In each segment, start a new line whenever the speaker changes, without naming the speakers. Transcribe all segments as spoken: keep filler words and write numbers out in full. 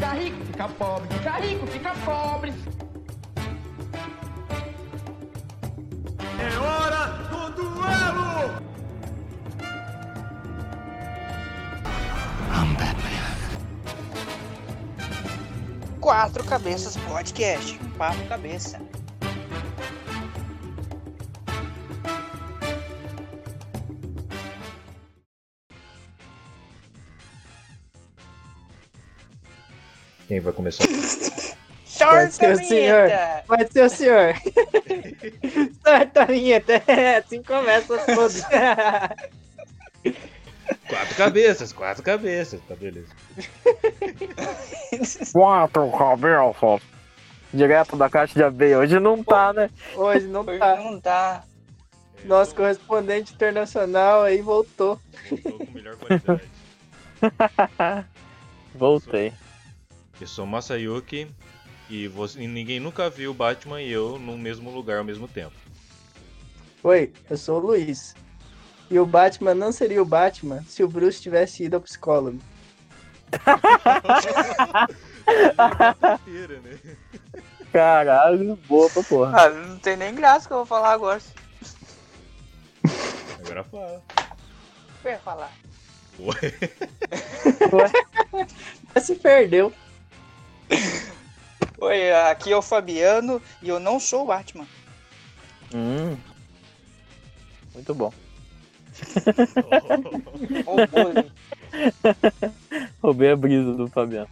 Fica rico, fica pobre, fica rico, fica pobre.
É hora do duelo!
I'm Batman.
Quatro Cabeças Podcast. Papo Cabeça.
Quem vai começar?
Pode
ser o senhor. Pode ser o senhor. Sorta a vinheta. É, assim começa todos.
Quatro cabeças, quatro cabeças, tá beleza.
Quatro cabeças. Direto da caixa de abeia. Hoje não tá, né? Hoje não
Hoje
tá.
não tá.
Nosso correspondente internacional aí voltou.
Voltou com melhor qualidade.
Voltei.
Eu sou Masayuki e, você, e ninguém nunca viu o Batman e eu no mesmo lugar ao mesmo tempo.
Oi, eu sou o Luiz. E o Batman não seria o Batman se o Bruce tivesse ido ao psicólogo.
Inteira, né?
Caralho, boa pra porra.
Ah, não tem nem graça que eu vou falar agora.
Agora fala.
Eu ia falar.
Ué.
Ué, se perdeu.
Oi, aqui é o Fabiano e eu não sou o Batman.
Hum. Muito bom.
Roubou,
Roubei a brisa do Fabiano.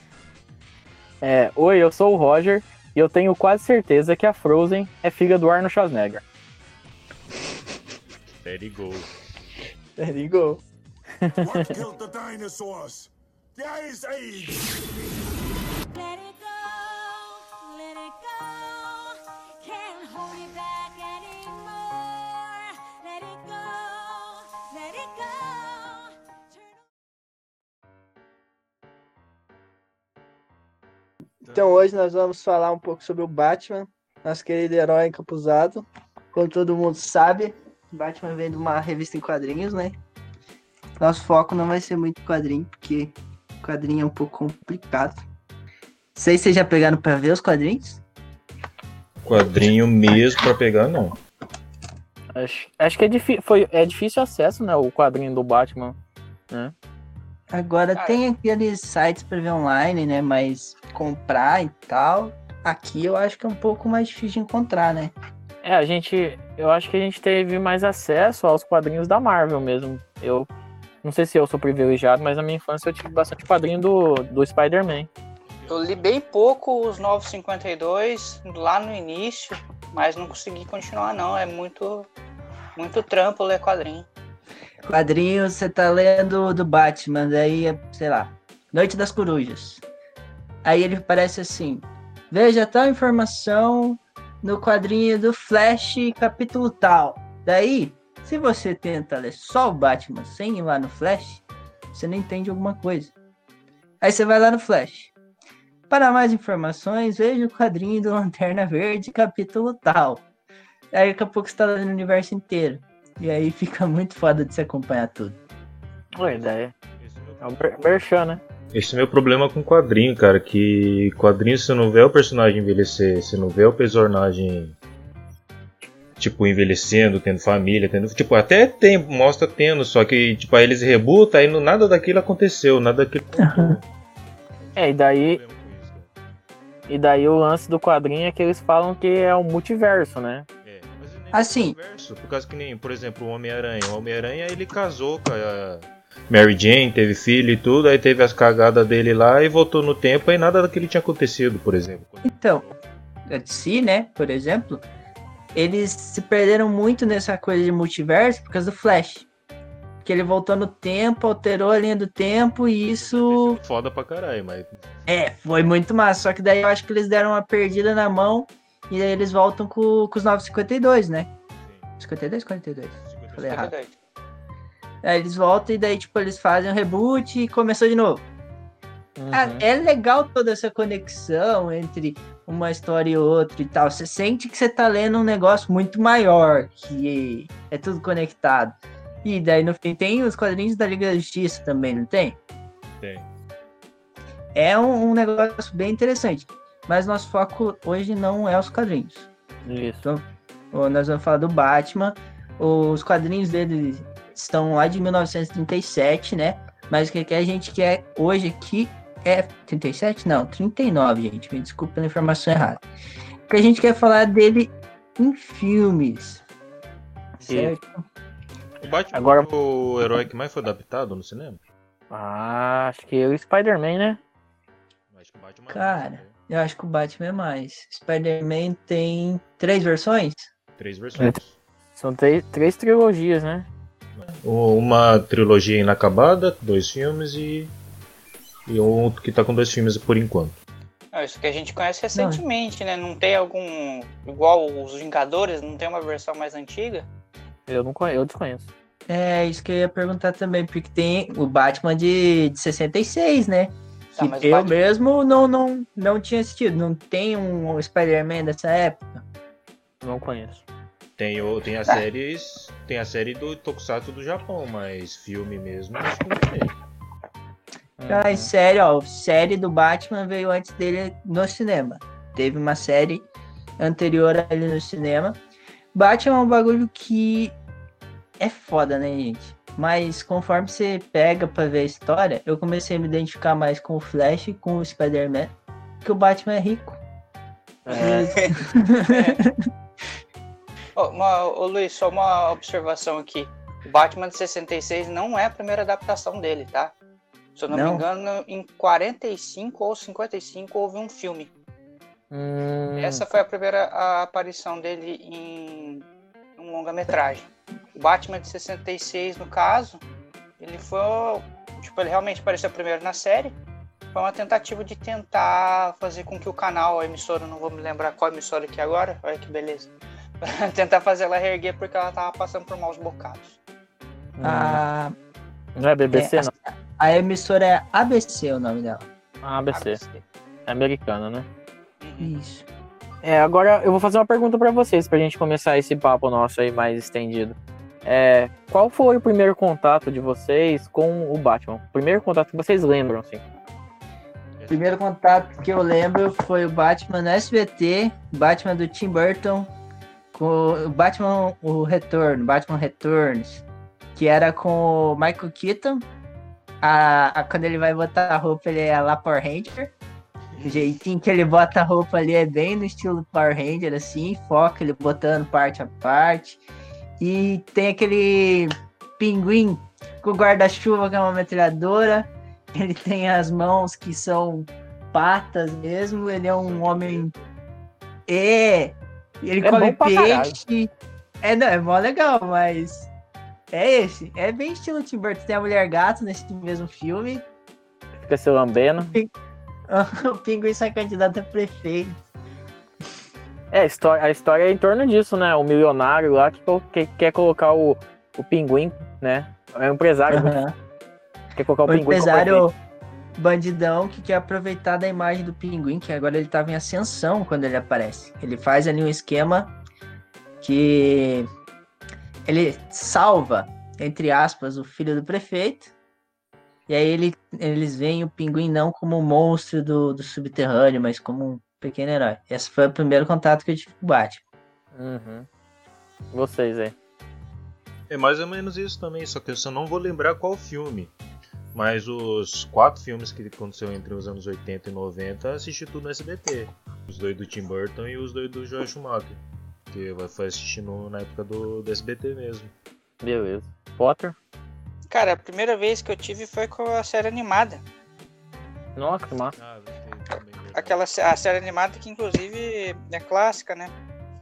É, oi, eu sou o Roger e eu tenho quase certeza que a Frozen é filha do Arnold Schwarzenegger.
Let it go.
There you go.
What killed the dinosaurs? The Ice Age!
Let it go, let it go. Can't hold it back anymore. Let it go, let it go.
Então hoje nós vamos falar um pouco sobre o Batman, nosso querido herói encapuzado. Como todo mundo sabe, Batman vem de uma revista em quadrinhos, né? Nosso foco não vai ser muito quadrinho, porque quadrinho é um pouco complicado. Não sei se vocês já pegaram pra ver os quadrinhos.
Quadrinho mesmo pra pegar, não.
Acho, acho que é, difi- foi, é difícil acesso, né? O quadrinho do Batman, né?
Agora
Cara.
tem aqueles sites pra ver online, né? Mas comprar e tal, aqui eu acho que é um pouco mais difícil de encontrar, né?
É, a gente... Eu acho que a gente teve mais acesso aos quadrinhos da Marvel mesmo. Eu não sei se eu sou privilegiado, mas na minha infância eu tive bastante quadrinho do, do Spider-Man.
Eu li bem pouco os Novos cinquenta e dois lá no início, mas não consegui continuar não. É muito, muito trampo ler quadrinho.
Quadrinho, você tá lendo do Batman, daí, sei lá, Noite das Corujas. Aí ele parece assim, veja tal informação no quadrinho do Flash, capítulo tal. Daí, se você tenta ler só o Batman sem ir lá no Flash, você não entende alguma coisa. Aí você vai lá no Flash. Para mais informações, veja o quadrinho do Lanterna Verde, capítulo tal. Aí daqui a pouco você tá lendo o universo inteiro. E aí fica muito foda de se acompanhar tudo.
Boa ideia. É o Ber- Berchan, né?
Esse é o meu problema com quadrinho, cara, que quadrinho você não vê o personagem envelhecer, você não vê o personagem, tipo, envelhecendo, tendo família, tendo, tipo, até tem, mostra tendo, só que, tipo, aí eles rebutam, aí no- nada daquilo aconteceu, nada daquilo contou.
É, e daí, e daí o lance do quadrinho é que eles falam que é o multiverso, né?
É, mas nem
Assim.
multiverso, por causa que nem, por exemplo, o Homem-Aranha, o Homem-Aranha ele casou com a Mary Jane, teve filho e tudo, aí teve as cagadas dele lá e voltou no tempo e nada daquilo tinha acontecido, por exemplo.
Então, a D C, né, por exemplo, eles se perderam muito nessa coisa de multiverso por causa do Flash. Que ele voltou no tempo, alterou a linha do tempo e isso...
Foda pra caralho, mas...
É, foi muito massa. Só que daí eu acho que eles deram uma perdida na mão e daí eles voltam com, com os novos cinquenta e dois, né? cinquenta e dois, quarenta e dois? Falei errado. Aí eles voltam e daí, tipo, eles fazem um reboot e começou de novo.
Uhum.
Ah, é legal toda essa conexão entre uma história e outra e tal. Você sente que você tá lendo um negócio muito maior, que é tudo conectado. E daí no fim tem os quadrinhos da Liga da Justiça também, não tem?
Tem.
é um, um negócio bem interessante. Mas nosso foco hoje não é os quadrinhos.
Isso.
Então, ó, nós vamos falar do Batman. Os quadrinhos dele estão lá de mil novecentos e trinta e sete, né? Mas o que que a gente quer hoje aqui é... trinta e sete? Não, trinta e nove, gente. Me desculpe pela informação errada. O que a gente quer falar dele em filmes. Certo?
O Batman
Agora-
foi o herói que mais foi adaptado no cinema?
Ah, acho que o Spider-Man, né?
Acho que o Batman
Cara,
né?
eu acho que o Batman é mais. Spider-Man tem três versões?
Três versões.
São três, três trilogias, né?
Uma trilogia inacabada, dois filmes e. E um que tá com dois filmes por enquanto.
Ah, isso que a gente conhece recentemente, né? Não tem algum. Igual os Vingadores, não tem uma versão mais antiga?
Eu não conheço, eu desconheço.
É, isso que eu ia perguntar também, porque tem o Batman de, de sessenta e seis, né?
Tá,
Que
mas
eu
Batman-
mesmo não, não, não tinha assistido. Não tem um Spider-Man dessa época.
Não conheço.
Tem, o, tem as
Ah.
séries. Tem a série do Tokusatsu do Japão, mas filme mesmo acho que não tem.
Ah,
Uhum.
em série, ó, a série do Batman veio antes dele no cinema. Teve uma série anterior a ele no cinema. Batman é um bagulho que é foda, né, gente? Mas conforme você pega pra ver a história, eu comecei a me identificar mais com o Flash e com o Spider-Man, porque o Batman é rico.
É,
Ô, uma, ô, Luiz, só uma observação aqui. O Batman de sessenta e seis não é a primeira adaptação dele, tá? Se eu não,
Não?
me engano, em quarenta e cinco ou cinquenta e cinco houve um filme.
hum,
Essa foi a primeira a aparição dele em um longa-metragem. O Batman de sessenta e seis, no caso, ele foi. Tipo, ele realmente apareceu primeiro na série. Foi uma tentativa de tentar fazer com que o canal, a emissora, não vou me lembrar qual emissora aqui agora, olha que beleza. Tentar fazer ela reerguer porque ela tava passando por maus bocados.
hum.
A,
Não é B B C,
é,
não?
a, a emissora é A B C, o nome dela.
Ah, A B C. É americana, né?
Uhum.
Isso.
É, agora eu vou fazer uma pergunta pra vocês, pra gente começar esse papo nosso aí mais estendido. É, qual foi o primeiro contato de vocês com o Batman? O primeiro contato que vocês lembram, assim?
O primeiro contato que eu lembro foi o Batman no S B T, Batman do Tim Burton, com o Batman o Retorno, Batman Returns, que era com o Michael Keaton. A, a- quando ele vai botar a roupa, ele é lá Power Ranger. O jeitinho que ele bota a roupa ali é bem no estilo Power Ranger, assim, foca ele botando parte a parte. E tem aquele pinguim com guarda-chuva, que é uma metralhadora. Ele tem as mãos que são patas mesmo. Ele é um homem. É! Ele
É
come
bom pra caralho.
peixe. É, não, é mó legal, mas. É esse. É bem estilo Tim Burton. Tem a mulher gato nesse mesmo filme.
Fica se lambendo.
O pinguim sai candidato a prefeito.
É, a história, a história é em torno disso, né? O milionário lá que, co- que quer colocar o, o pinguim, né? É um empresário
Aham.
que quer colocar o,
O
pinguim como
empresário bandidão que quer aproveitar da imagem do pinguim, que agora ele tava em ascensão quando ele aparece. Ele faz ali um esquema que ele salva, entre aspas, o filho do prefeito. E aí ele, eles veem o pinguim não como um monstro do, do subterrâneo, mas como um pequeno herói. Esse foi o primeiro contato que eu tive com o Batman.
Uhum. Vocês aí.
É mais ou menos isso também, só que eu só não vou lembrar qual filme. Mas os quatro filmes que aconteceu entre os anos oitenta e noventa, assisti tudo no S B T. Os dois do Tim Burton e os dois do Joel Schumacher. Que eu fui assistindo na época do, do S B T mesmo.
Beleza. Potter?
Cara, a primeira vez que eu tive foi com a série animada.
Nossa, que massa.
Ah, eu também.
Aquela sé- a série animada que inclusive é clássica, né?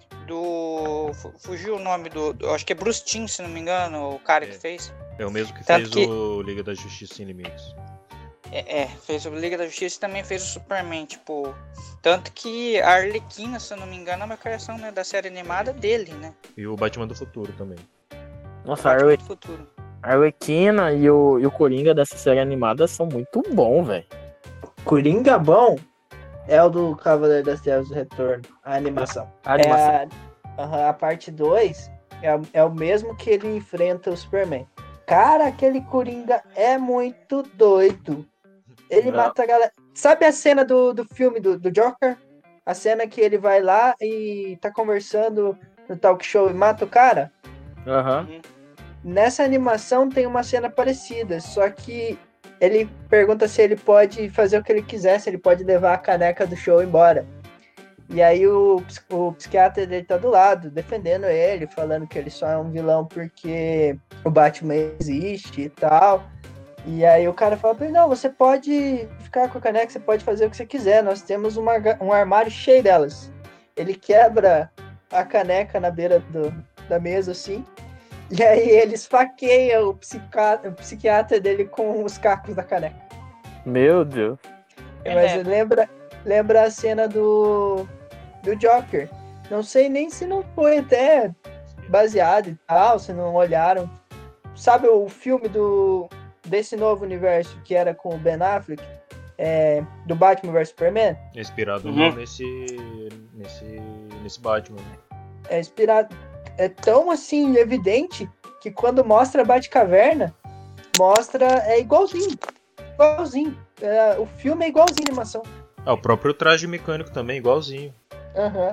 Do. fu- Fugiu o nome do. do- acho que é Bruce Timm, se não me engano, o cara
É.
que fez.
É o mesmo que
Tanto
fez
que-
o Liga da Justiça Sem Limites.
É, é, fez o Liga da Justiça e também fez o Superman, tipo. Tanto que a Arlequina, se eu não me engano, é uma criação, né, da série animada dele, né?
E o Batman do Futuro também.
Nossa, a
Batman
Arle-
do Futuro.
a Arlequina e o, e o Coringa dessa série animada são muito bons, velho.
Coringa bom é o do Cavaleiro das Trevas do Retorno, a animação.
A animação.
É a, aham, a parte dois é, o- é o mesmo que ele enfrenta o Superman. Cara, aquele Coringa é muito doido. Ele
Não.
mata a galera. Sabe a cena do, do filme do, do Joker? A cena que ele vai lá e tá conversando no talk show e mata o cara?
Aham.
Nessa animação tem uma cena parecida, só que ele pergunta se ele pode fazer o que ele quiser, se ele pode levar a caneca do show embora. E aí o, ps- o psiquiatra dele tá do lado, defendendo ele, falando que ele só é um vilão porque o Batman existe e tal. E aí o cara fala pra ele, não, você pode ficar com a caneca, você pode fazer o que você quiser, nós temos uma ga- um armário cheio delas. Ele quebra a caneca na beira do, da mesa, assim, e aí ele esfaqueia o psiquiatra, o psiquiatra dele com os cacos da caneca.
Meu Deus.
Mas
É.
lembra, lembra a cena do, do Joker. Não sei nem se não foi até baseado e tal, se não olharam. Sabe o filme do, desse novo universo que era com o Ben Affleck? É, do Batman versus Superman?
Inspirado
Uhum.
nesse, nesse, nesse Batman.
É inspirado. É tão assim evidente que quando mostra a Batcaverna, mostra. É igualzinho. Igualzinho. É, o filme é igualzinho a animação.
Ah, o próprio traje mecânico também, igualzinho.
Aham.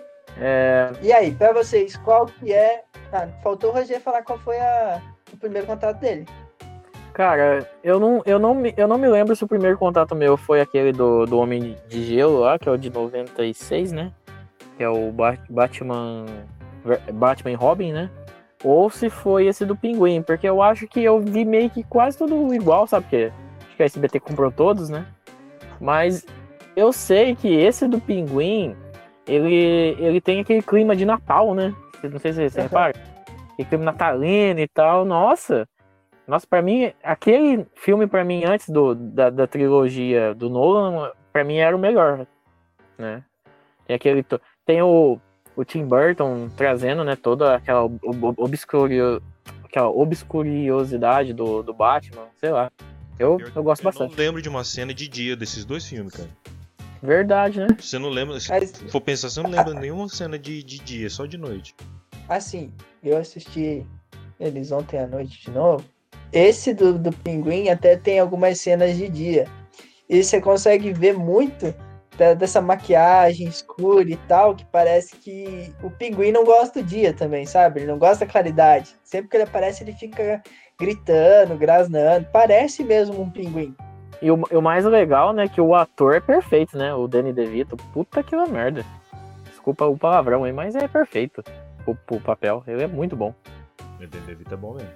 É,
E aí, pra vocês, qual que é. Ah, faltou o Roger falar qual foi a... o primeiro contato dele.
cara, eu não, eu, não me, eu não me lembro se o primeiro contato meu foi aquele do, do Homem de Gelo lá, que é o de noventa e seis, né? Que é o Ba- Batman. Batman e Robin, né? Ou se foi esse do Pinguim, porque eu acho que eu vi meio que quase tudo igual, sabe? Porque acho que a S B T comprou todos, né? Mas eu sei que esse do Pinguim, ele, ele tem aquele clima de Natal, né? Não sei se você
Uhum.
repara. Aquele clima natalino e tal. Nossa! Nossa, pra mim, aquele filme pra mim antes do, da, da trilogia do Nolan, pra mim era o melhor, né? Tem aquele... to- Tem o, o Tim Burton trazendo, né, toda aquela ob- ob- obscurio, aquela obscuriosidade do, do Batman, sei lá. Eu, eu gosto
eu
bastante.
não lembro de uma cena de dia desses dois filmes, cara.
Verdade, né?
Você não lembra, se
Mas,
for pensar, você não lembra nenhuma cena de, de dia, só de noite.
assim, eu assisti eles ontem à noite de novo. Esse do, do Pinguim até tem algumas cenas de dia. E você consegue ver muito da- dessa maquiagem escura e tal, que parece que o Pinguim não gosta do dia também, sabe? Ele não gosta da claridade. Sempre que ele aparece, ele fica gritando, grasnando. Parece mesmo um pinguim.
E o, e o mais legal, né, que o ator é perfeito, né? O Danny DeVito, puta que uma merda. Desculpa o palavrão aí, mas é perfeito o, o papel. Ele é muito bom.
O David é bom mesmo.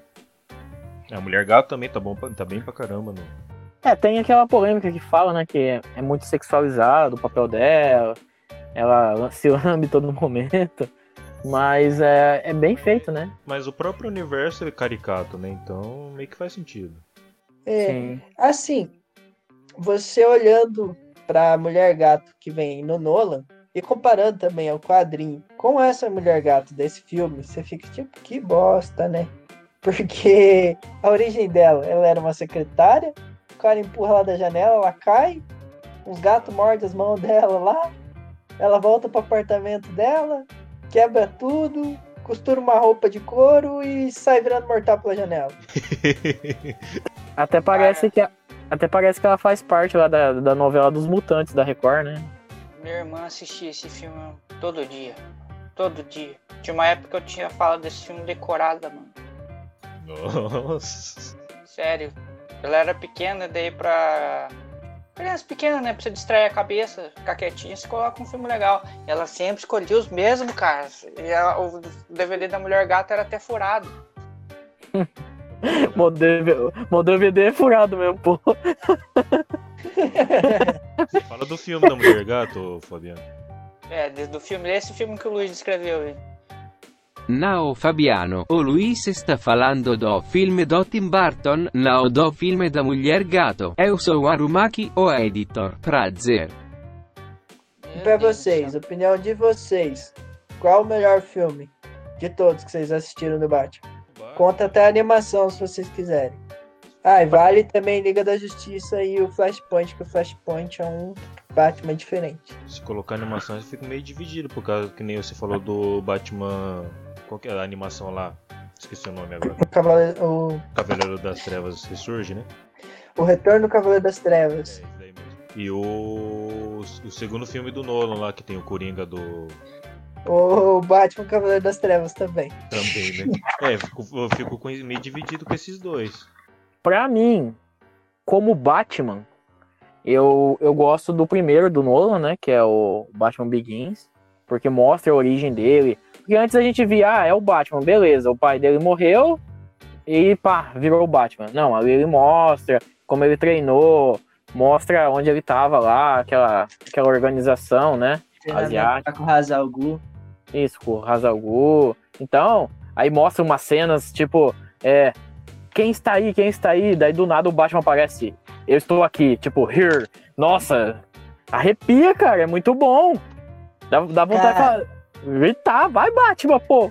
A Mulher Gato também tá bom, pra- tá bem pra caramba, né?
É, tem aquela polêmica que fala, né, que é, é muito sexualizado o papel dela, ela se lambe todo momento, mas é, é bem feito, né?
Mas o próprio universo é caricato, né? Então meio que faz sentido.
É,
Sim.
assim, você olhando pra Mulher Gato que vem no Nolan e comparando também ao quadrinho com essa Mulher Gato desse filme, você fica tipo, que bosta, né? Porque a origem dela, ela era uma secretária, o cara empurra ela da janela, ela cai, uns gatos mordem as mãos dela lá, ela volta pro apartamento dela, quebra tudo, costura uma roupa de couro e sai virando mortal pela janela.
Até parece que a- até parece que ela faz parte lá da, da novela dos Mutantes da Record, né?
Minha irmã assistia esse filme todo dia. Todo dia. Tinha uma época que eu tinha falado desse filme decorada, mano.
Nossa.
Sério. Ela era pequena, daí pra... Criança pequena, né? Pra você distrair a cabeça, ficar quietinha, você coloca um filme legal. E ela sempre escolhia os mesmos, cara. E ela- o D V D da Mulher Gata era até furado.
Meu D V D meu D V D é furado mesmo, pô.
Fala do filme da Mulher Gato, Fabiano.
É, desde o filme, esse filme que o Luiz descreveu aí.
Não, Fabiano, o Luiz está falando do filme do Tim Burton, não do filme da Mulher Gato. Eu sou Arumaki, o editor. Prazer.
Meu
Pra
Deus do
vocês,
céu.
opinião de vocês, qual o melhor filme de todos que vocês assistiram do Batman? Conta até a animação, se vocês quiserem. Ah, e vale também Liga da Justiça e o Flashpoint, que o Flashpoint é um Batman diferente.
Se colocar animação, eu fico meio dividido, por causa que nem você falou do Batman. Qual que é a animação lá? Esqueci o nome agora.
O, Cavaleiro, o,
Cavaleiro das Trevas ressurge, né?
o Retorno do Cavaleiro das
É,
Trevas.
isso daí mesmo. E o, o segundo filme do Nolan lá, que tem o Coringa do...
O Batman Cavaleiro das Trevas também.
Também, né? É, eu fico, eu fico com- meio dividido com esses dois.
Pra mim, como Batman, eu, eu gosto do primeiro do Nolan, né? Que é o Batman Begins. Porque mostra a origem dele. Porque antes a gente via, ah, é o Batman, beleza. O pai dele morreu e pá, virou o Batman. Não, ali ele mostra como ele treinou, mostra onde ele tava lá, aquela, aquela organização, né? Asiática.
Com o Ra's al Ghul.
Isso, com o Ra's al Ghul. Então, aí mostra umas cenas, tipo, é, quem está aí, quem está aí? Daí do nada o Batman aparece, eu estou aqui, tipo, here. Nossa, arrepia, cara, é muito bom. Dá, dá vontade
Cara.
de falar, gritar, vai Batman, pô.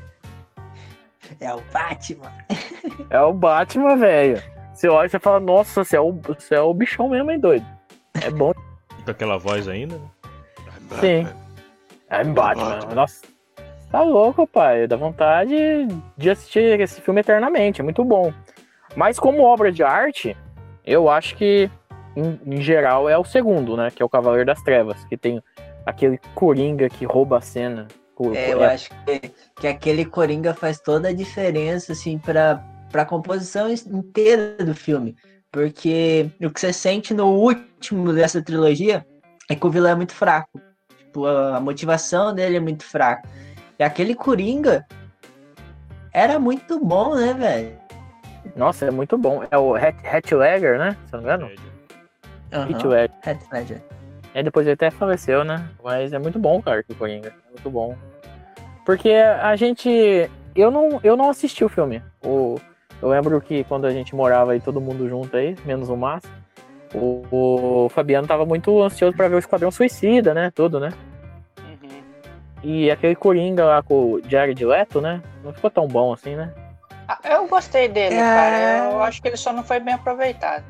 É o Batman.
É o Batman, velho. Você olha e você fala, nossa, você é, o, você é o bichão mesmo, hein, doido. É bom.
Com aquela voz ainda, né?
Sim. É Batman. Nossa, tá louco, pai. Dá vontade de assistir esse filme eternamente. É muito bom. Mas como obra de arte, eu acho que, em, em geral, é o segundo, né? Que é o Cavaleiro das Trevas. Que tem aquele Coringa que rouba a cena. O-
É, eu
é-
acho que, que aquele Coringa faz toda a diferença, assim, pra, pra composição inteira do filme. Porque o que você sente no último dessa trilogia é que o vilão é muito fraco. Tipo, a, a motivação dele é muito fraca. E aquele Coringa era muito bom, né, velho?
Nossa, é muito bom. É o Heath Heath Ledger, né? Se eu não me engano. Heath Ledger.
Heath Ledger.
É, depois ele até faleceu, né? Mas é muito bom, cara, que Coringa. É muito bom. Porque a gente... Eu não, eu não assisti o filme. O, eu lembro que quando a gente morava aí todo mundo junto aí, menos o Márcio, o, o Fabiano tava muito ansioso pra ver o Esquadrão Suicida, né? Tudo, né?
Uhum.
E aquele Coringa lá com o Jared Leto, né? Não ficou tão bom assim, né?
Ah, eu gostei dele,
É.
cara. Eu acho que ele só não foi bem aproveitado.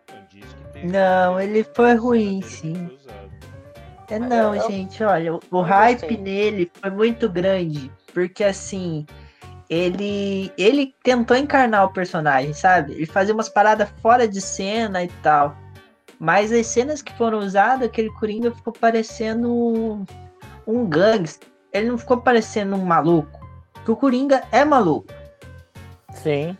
Não, ele foi ruim, sim. É
Mas
não,
eu-
gente, olha, o, o
eu
hype
gostei.
nele foi muito grande, porque assim, ele ele tentou encarnar o personagem, sabe? Ele fazia umas paradas fora de cena e tal. Mas as cenas que foram usadas, aquele Coringa ficou parecendo um, um gangster. Ele não ficou parecendo um maluco. Porque o Coringa é maluco.
Sim.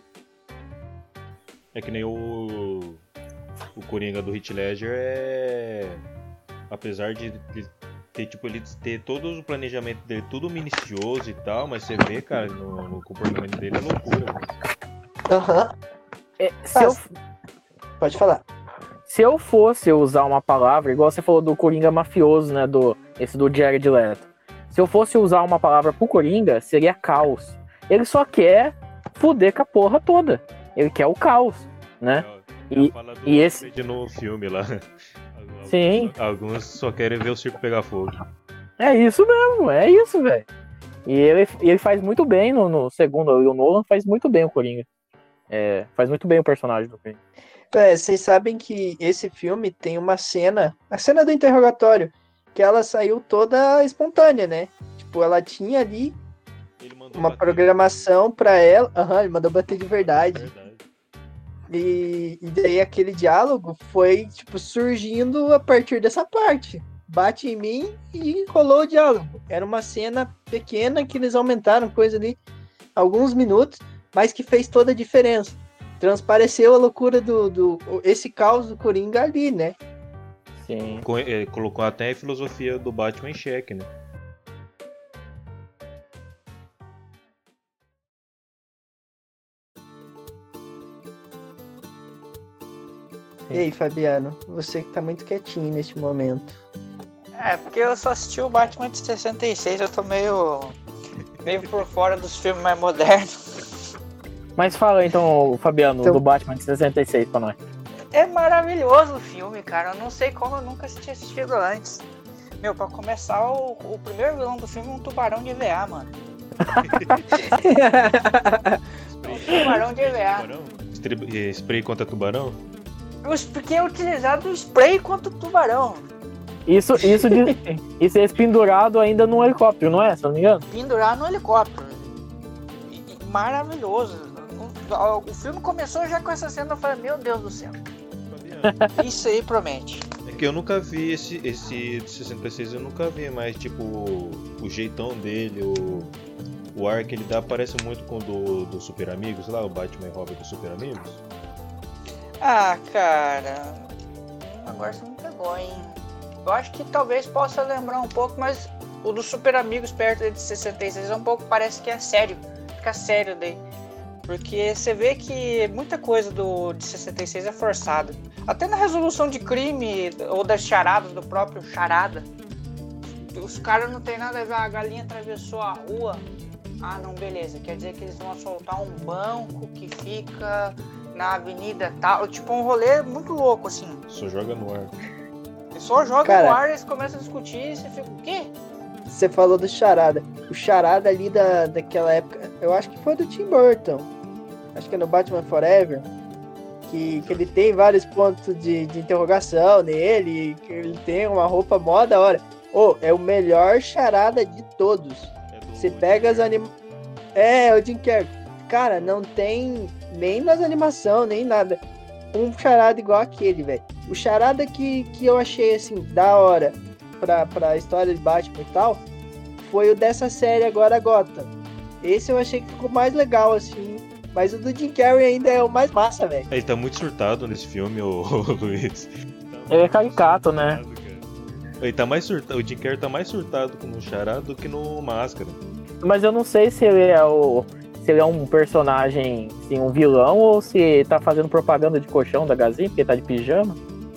É que nem o. O Coringa do Heath Ledger é. Apesar de ele ter, tipo, ele ter todo o planejamento dele tudo minucioso e tal, mas você vê, cara, no, no comportamento dele é loucura. Né?
Aham.
É, se, eu,
Pode falar.
se eu fosse usar uma palavra, igual você falou do Coringa mafioso, né? Do, esse do Jared Leto. Se eu fosse usar uma palavra pro Coringa, seria caos. Ele só quer fuder com a porra toda. Ele quer o caos, né? E-
Fala do
e esse-
Alfred no filme lá.
Sim.
Alguns só querem ver o circo pegar fogo.
É isso mesmo, é isso, velho. E ele, ele faz muito bem no, no segundo, o Nolan faz muito bem o Coringa. É, faz muito bem o personagem do Coringa.
É, vocês sabem que esse filme tem uma cena, a cena do interrogatório, que ela saiu toda espontânea, né? Tipo, ela tinha ali
Ele mandou
uma
bater.
programação pra ela. Aham, ele mandou bater de verdade.
Verdade.
E, e daí aquele diálogo foi, tipo, surgindo a partir dessa parte. Bate em mim e rolou o diálogo. Era uma cena pequena que eles aumentaram coisa ali, alguns minutos, mas que fez toda a diferença. Transpareceu a loucura do, do esse caos do Coringa ali, né?
Sim.
Co- é, colocou até a filosofia do Batman em xeque, né?
E aí, Fabiano, você que tá muito quietinho neste momento.
É, porque eu só assisti o Batman de sessenta e seis, eu tô meio. meio por fora dos filmes mais modernos.
Mas fala então, Fabiano,
Então-
do Batman de sessenta e seis pra nós.
É maravilhoso o filme, cara. Eu não sei como eu nunca tinha assistido antes. Meu, pra começar, o, o primeiro vilão do filme é um tubarão de E V A, mano. Um tubarão de E V A.
Tubarão? Estre- eh, Spray contra tubarão?
Os- Porque é utilizado o spray contra o tubarão.
Isso, isso, de, isso é pendurado ainda num helicóptero, não é? Se eu não me engano.
Pendurar no helicóptero. E- e maravilhoso. O, o filme começou já com essa cena, eu falei, meu Deus do céu.
Fabiano,
Isso aí promete.
é porque eu nunca vi esse, esse de sessenta e seis, eu nunca vi, mas tipo, o jeitão dele, o, o ar que ele dá parece muito com o do, do Super Amigos, lá, o Batman e Robin do Super Amigos.
Ah, cara. Agora você me pegou, hein? Eu acho que talvez possa lembrar um pouco, mas o do Super Amigos perto de sessenta e seis é um pouco, parece que é sério. Fica sério daí. Porque você vê que muita coisa do, de sessenta e seis é forçada. Até na resolução de crime ou das charadas do próprio charada. Os caras não tem nada a ver, a galinha atravessou a rua. Ah, não, beleza. Quer dizer que eles vão assaltar um banco que fica na avenida tal. Tipo, um rolê muito louco, assim.
Só joga no ar.
Você só joga
Cara,
no ar, eles começam a discutir e você fica, o quê?
Você falou do Charada. O Charada ali da, daquela época, eu acho que foi do Tim Burton. Acho que é no Batman Forever. Que, que ele tem vários pontos de, de interrogação nele. Que ele tem uma roupa mó da hora. Ô, oh, é o melhor Charada de todos. Você pega as animações. É, o Jim Carrey. Cara, não tem nem nas animações, nem nada. Um charada igual aquele, velho. O charada que, que eu achei, assim, da hora pra, pra história de Batman e tal, foi o dessa série agora, Gotham. Esse eu achei que ficou mais legal, assim. Mas o do Jim Carrey ainda é o mais massa, velho.
Ele tá muito surtado nesse filme, ô, ô Luiz.
Ele é caricato, né?
Ele tá mais surtado, o Jim Carrey tá mais surtado com o charada do que no Máscara.
Mas eu não sei se ele é o... se ele é um personagem, assim, um vilão, ou se tá fazendo propaganda de colchão da Gazin, porque tá de pijama.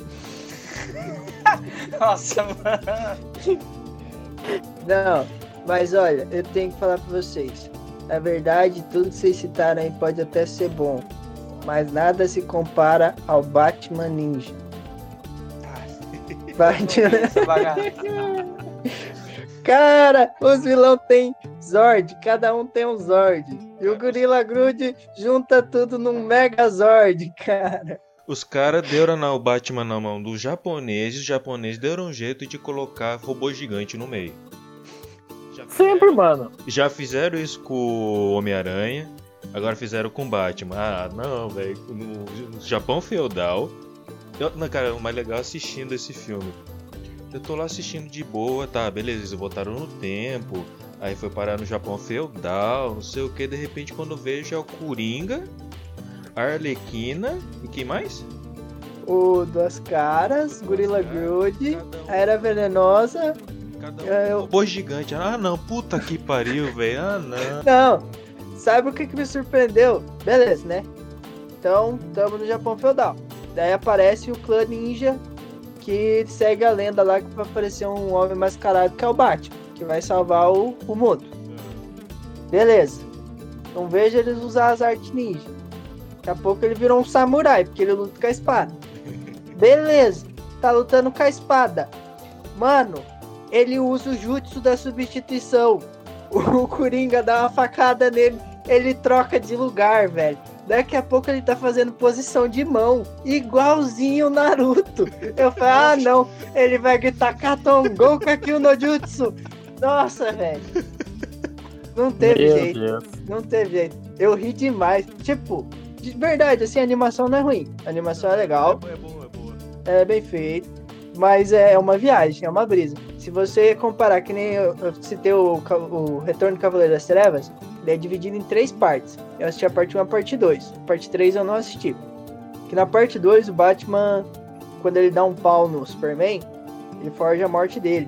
Nossa, mano.
Não, mas olha, eu tenho que falar pra vocês. Na verdade, tudo que vocês citaram aí pode até ser bom, mas nada se compara ao Batman Ninja. Batman... Cara, os vilões têm Zord, cada um tem um Zord. E o Gorilla Grodd junta tudo num Megazord, cara.
Os caras deram na, o Batman na mão dos japoneses, os japoneses deram um jeito de colocar robô gigante no meio. Já
Sempre, mano.
Já fizeram isso com o Homem-Aranha, agora fizeram com o Batman. Ah, não, velho. No, no Japão feudal. Eu, não, cara, o mais legal é assistindo esse filme. Eu tô lá assistindo de boa, tá, beleza, eles voltaram no tempo, aí foi parar no Japão feudal, não sei o que, de repente quando eu vejo é o Coringa, a Arlequina, e quem mais?
O Duas Caras, Gorilla Grodd, a Era Venenosa...
Cada um
eu...
robô gigante, ah não, puta que pariu, velho, ah não.
Não, sabe o que, que me surpreendeu? Beleza, né? Então, tamo no Japão feudal, daí aparece o clã ninja, que segue a lenda lá que vai aparecer um homem mascarado que é o Batman, que vai salvar o, o mundo. Beleza. Não vejo eles usar as artes ninja. Daqui a pouco ele virou um samurai, porque ele luta com a espada. Beleza. Tá lutando com a espada. Mano, ele usa o jutsu da substituição. O Coringa dá uma facada nele, ele troca de lugar, velho. Daqui a pouco ele tá fazendo posição de mão, igualzinho o Naruto. Eu falei, ah não, ele vai gritar Katon Goku aqui no Jutsu. Nossa, velho. Não teve
Meu
jeito.
Deus.
Não teve jeito. Eu ri demais. Tipo, de verdade, assim, a animação não é ruim. A animação é legal.
É boa, é boa.
É bem feito. Mas é uma viagem, é uma brisa. Se você comparar, que nem eu, eu citei o, o Retorno do Cavaleiro das Trevas, ele é dividido em três partes. Eu assisti a parte um e a parte dois. A parte três eu não assisti. Que na parte dois, o Batman, quando ele dá um pau no Superman, ele forja a morte dele.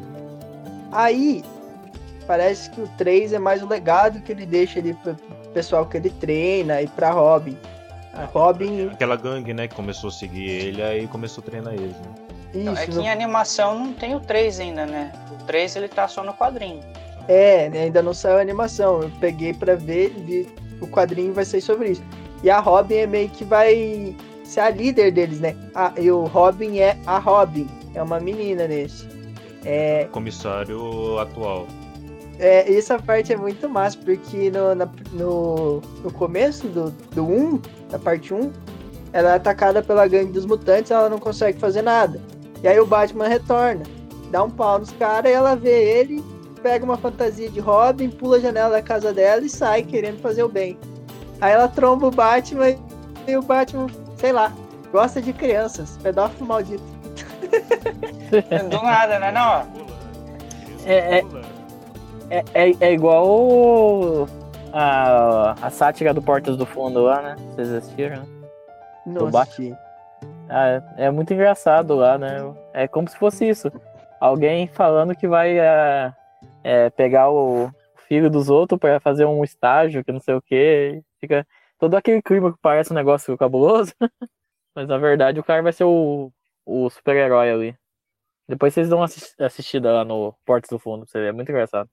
Aí, parece que o três é mais o legado que ele deixa ali pro pessoal que ele treina e pra Robin. A Robin...
Aquela gangue, né, que começou a seguir ele, aí começou a treinar eles, né?
Isso,
É que
no-
em animação não tem o três ainda, né? O três ele tá só no quadrinho.
É, ainda não saiu a animação. Eu peguei pra ver, vi, o quadrinho vai ser sobre isso. E a Robin é meio que vai ser a líder deles, né? Ah, e o Robin é a Robin. É uma menina nesse. É,
Comissário atual.
é, essa parte é muito massa, porque no, na- no, no começo do, do um, da parte um, ela é atacada pela gangue dos mutantes, ela não consegue fazer nada. E aí o Batman retorna, dá um pau nos caras e ela vê ele, pega uma fantasia de Robin, pula a janela da casa dela e sai querendo fazer o bem. Aí ela tromba o Batman e o Batman, sei lá, gosta de crianças, pedófilo maldito.
Do nada, né? Não,
É, é, é, é, é igual a, a sátira do Portas do Fundo lá, né? Vocês assistiram, né?
Não
Batman.
assisti.
Ah, é, é muito engraçado lá, né? É como se fosse isso. Alguém falando que vai é, é, pegar o filho dos outros pra fazer um estágio, que não sei o quê. Fica todo aquele clima que parece um negócio cabuloso. Mas na verdade o cara vai ser o, o super-herói ali. Depois vocês dão uma assis- assistida lá no Portas do Fundo pra você ver. É muito engraçado.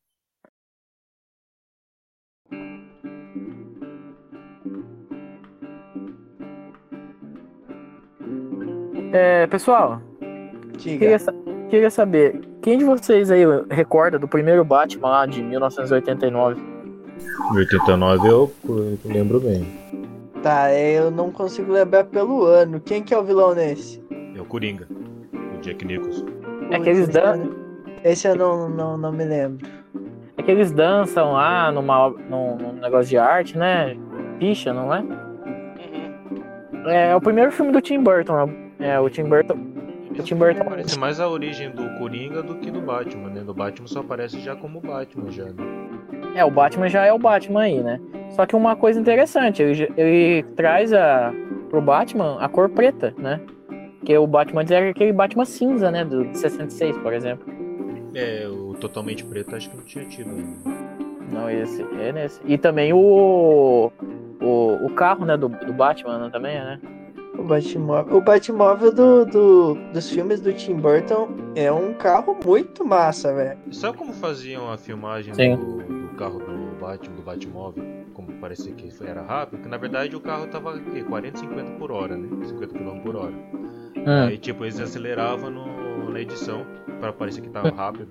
É, pessoal,
Diga.
queria, sa- queria saber, quem de vocês aí recorda do primeiro Batman lá de mil novecentos e oitenta e nove?
Em oitenta e nove eu, eu lembro bem.
Tá, eu não consigo lembrar pelo ano. Quem que é o vilão nesse?
É o Coringa, o Jack Nicholson.
É que eles
Putz,
dan-
Esse eu não, não, não me lembro.
É que eles dançam lá numa, num, num negócio de arte, né? Picha, não é?
uhum.
É o primeiro filme do Tim Burton. É o Tim Burton. O Tim Burton.
Parece mais a origem do Coringa do que do Batman, né? Do Batman só aparece já como Batman, já, né?
É, o Batman já é o Batman aí, né? Só que uma coisa interessante, ele, ele traz a, pro Batman a cor preta, né? Porque o Batman era aquele Batman cinza, né? Do de sessenta e seis, por exemplo.
É, o totalmente preto acho que não tinha tido ainda.
Não, esse é nesse. E também o. O, o carro, né? Do, do Batman né, também, né?
O Batmóvel, o Batmóvel do, do, dos filmes do Tim Burton é um carro muito massa, velho.
Sabe como faziam a filmagem
Sim.
do, do carro do Batman, do Batmóvel? Como parecia que foi- era rápido? Porque na verdade o carro tava o quê? quarenta, cinquenta por hora, né? cinquenta quilômetros por hora.
Hum.
Aí tipo, eles aceleravam no, na edição pra parecer que tava rápido.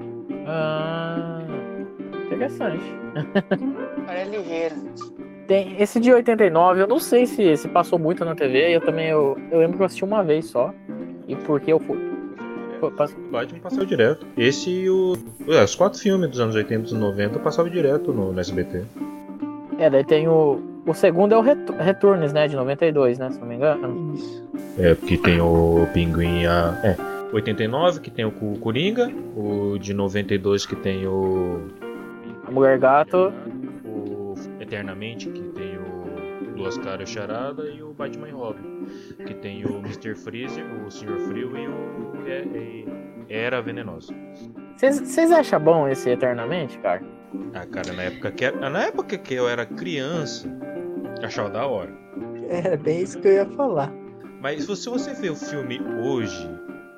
Ah, interessante.
Cara, é ligeiro.
Tem esse de oitenta e nove, eu não sei se, se passou muito na T V, eu também, eu, eu lembro que eu assisti uma vez só, e porque eu fui... Pô, pass-
O Batman passou direto. Esse e o. Ué, os quatro filmes dos anos oitenta e noventa passavam direto no, no S B T.
É, daí tem o... O segundo é o Ret- Returns, né, de noventa e dois, né, se não me engano.
Isso.
É, porque tem o Pinguim e a. É, oitenta e nove que tem o Cu- Coringa, o de noventa e dois que tem o.
A Mulher Gato,
o Eternamente, que tem o Duas Caras e o Charada, e o Batman e Robin, que tem o mister Freezer, o senhor Frio e o é, é, Era Venenosa.
vocês acham bom esse Eternamente, cara?
Ah, cara, na época que era, na época que eu era criança, achava da hora.
Era bem isso que eu ia falar.
Mas se você, se você ver o filme hoje,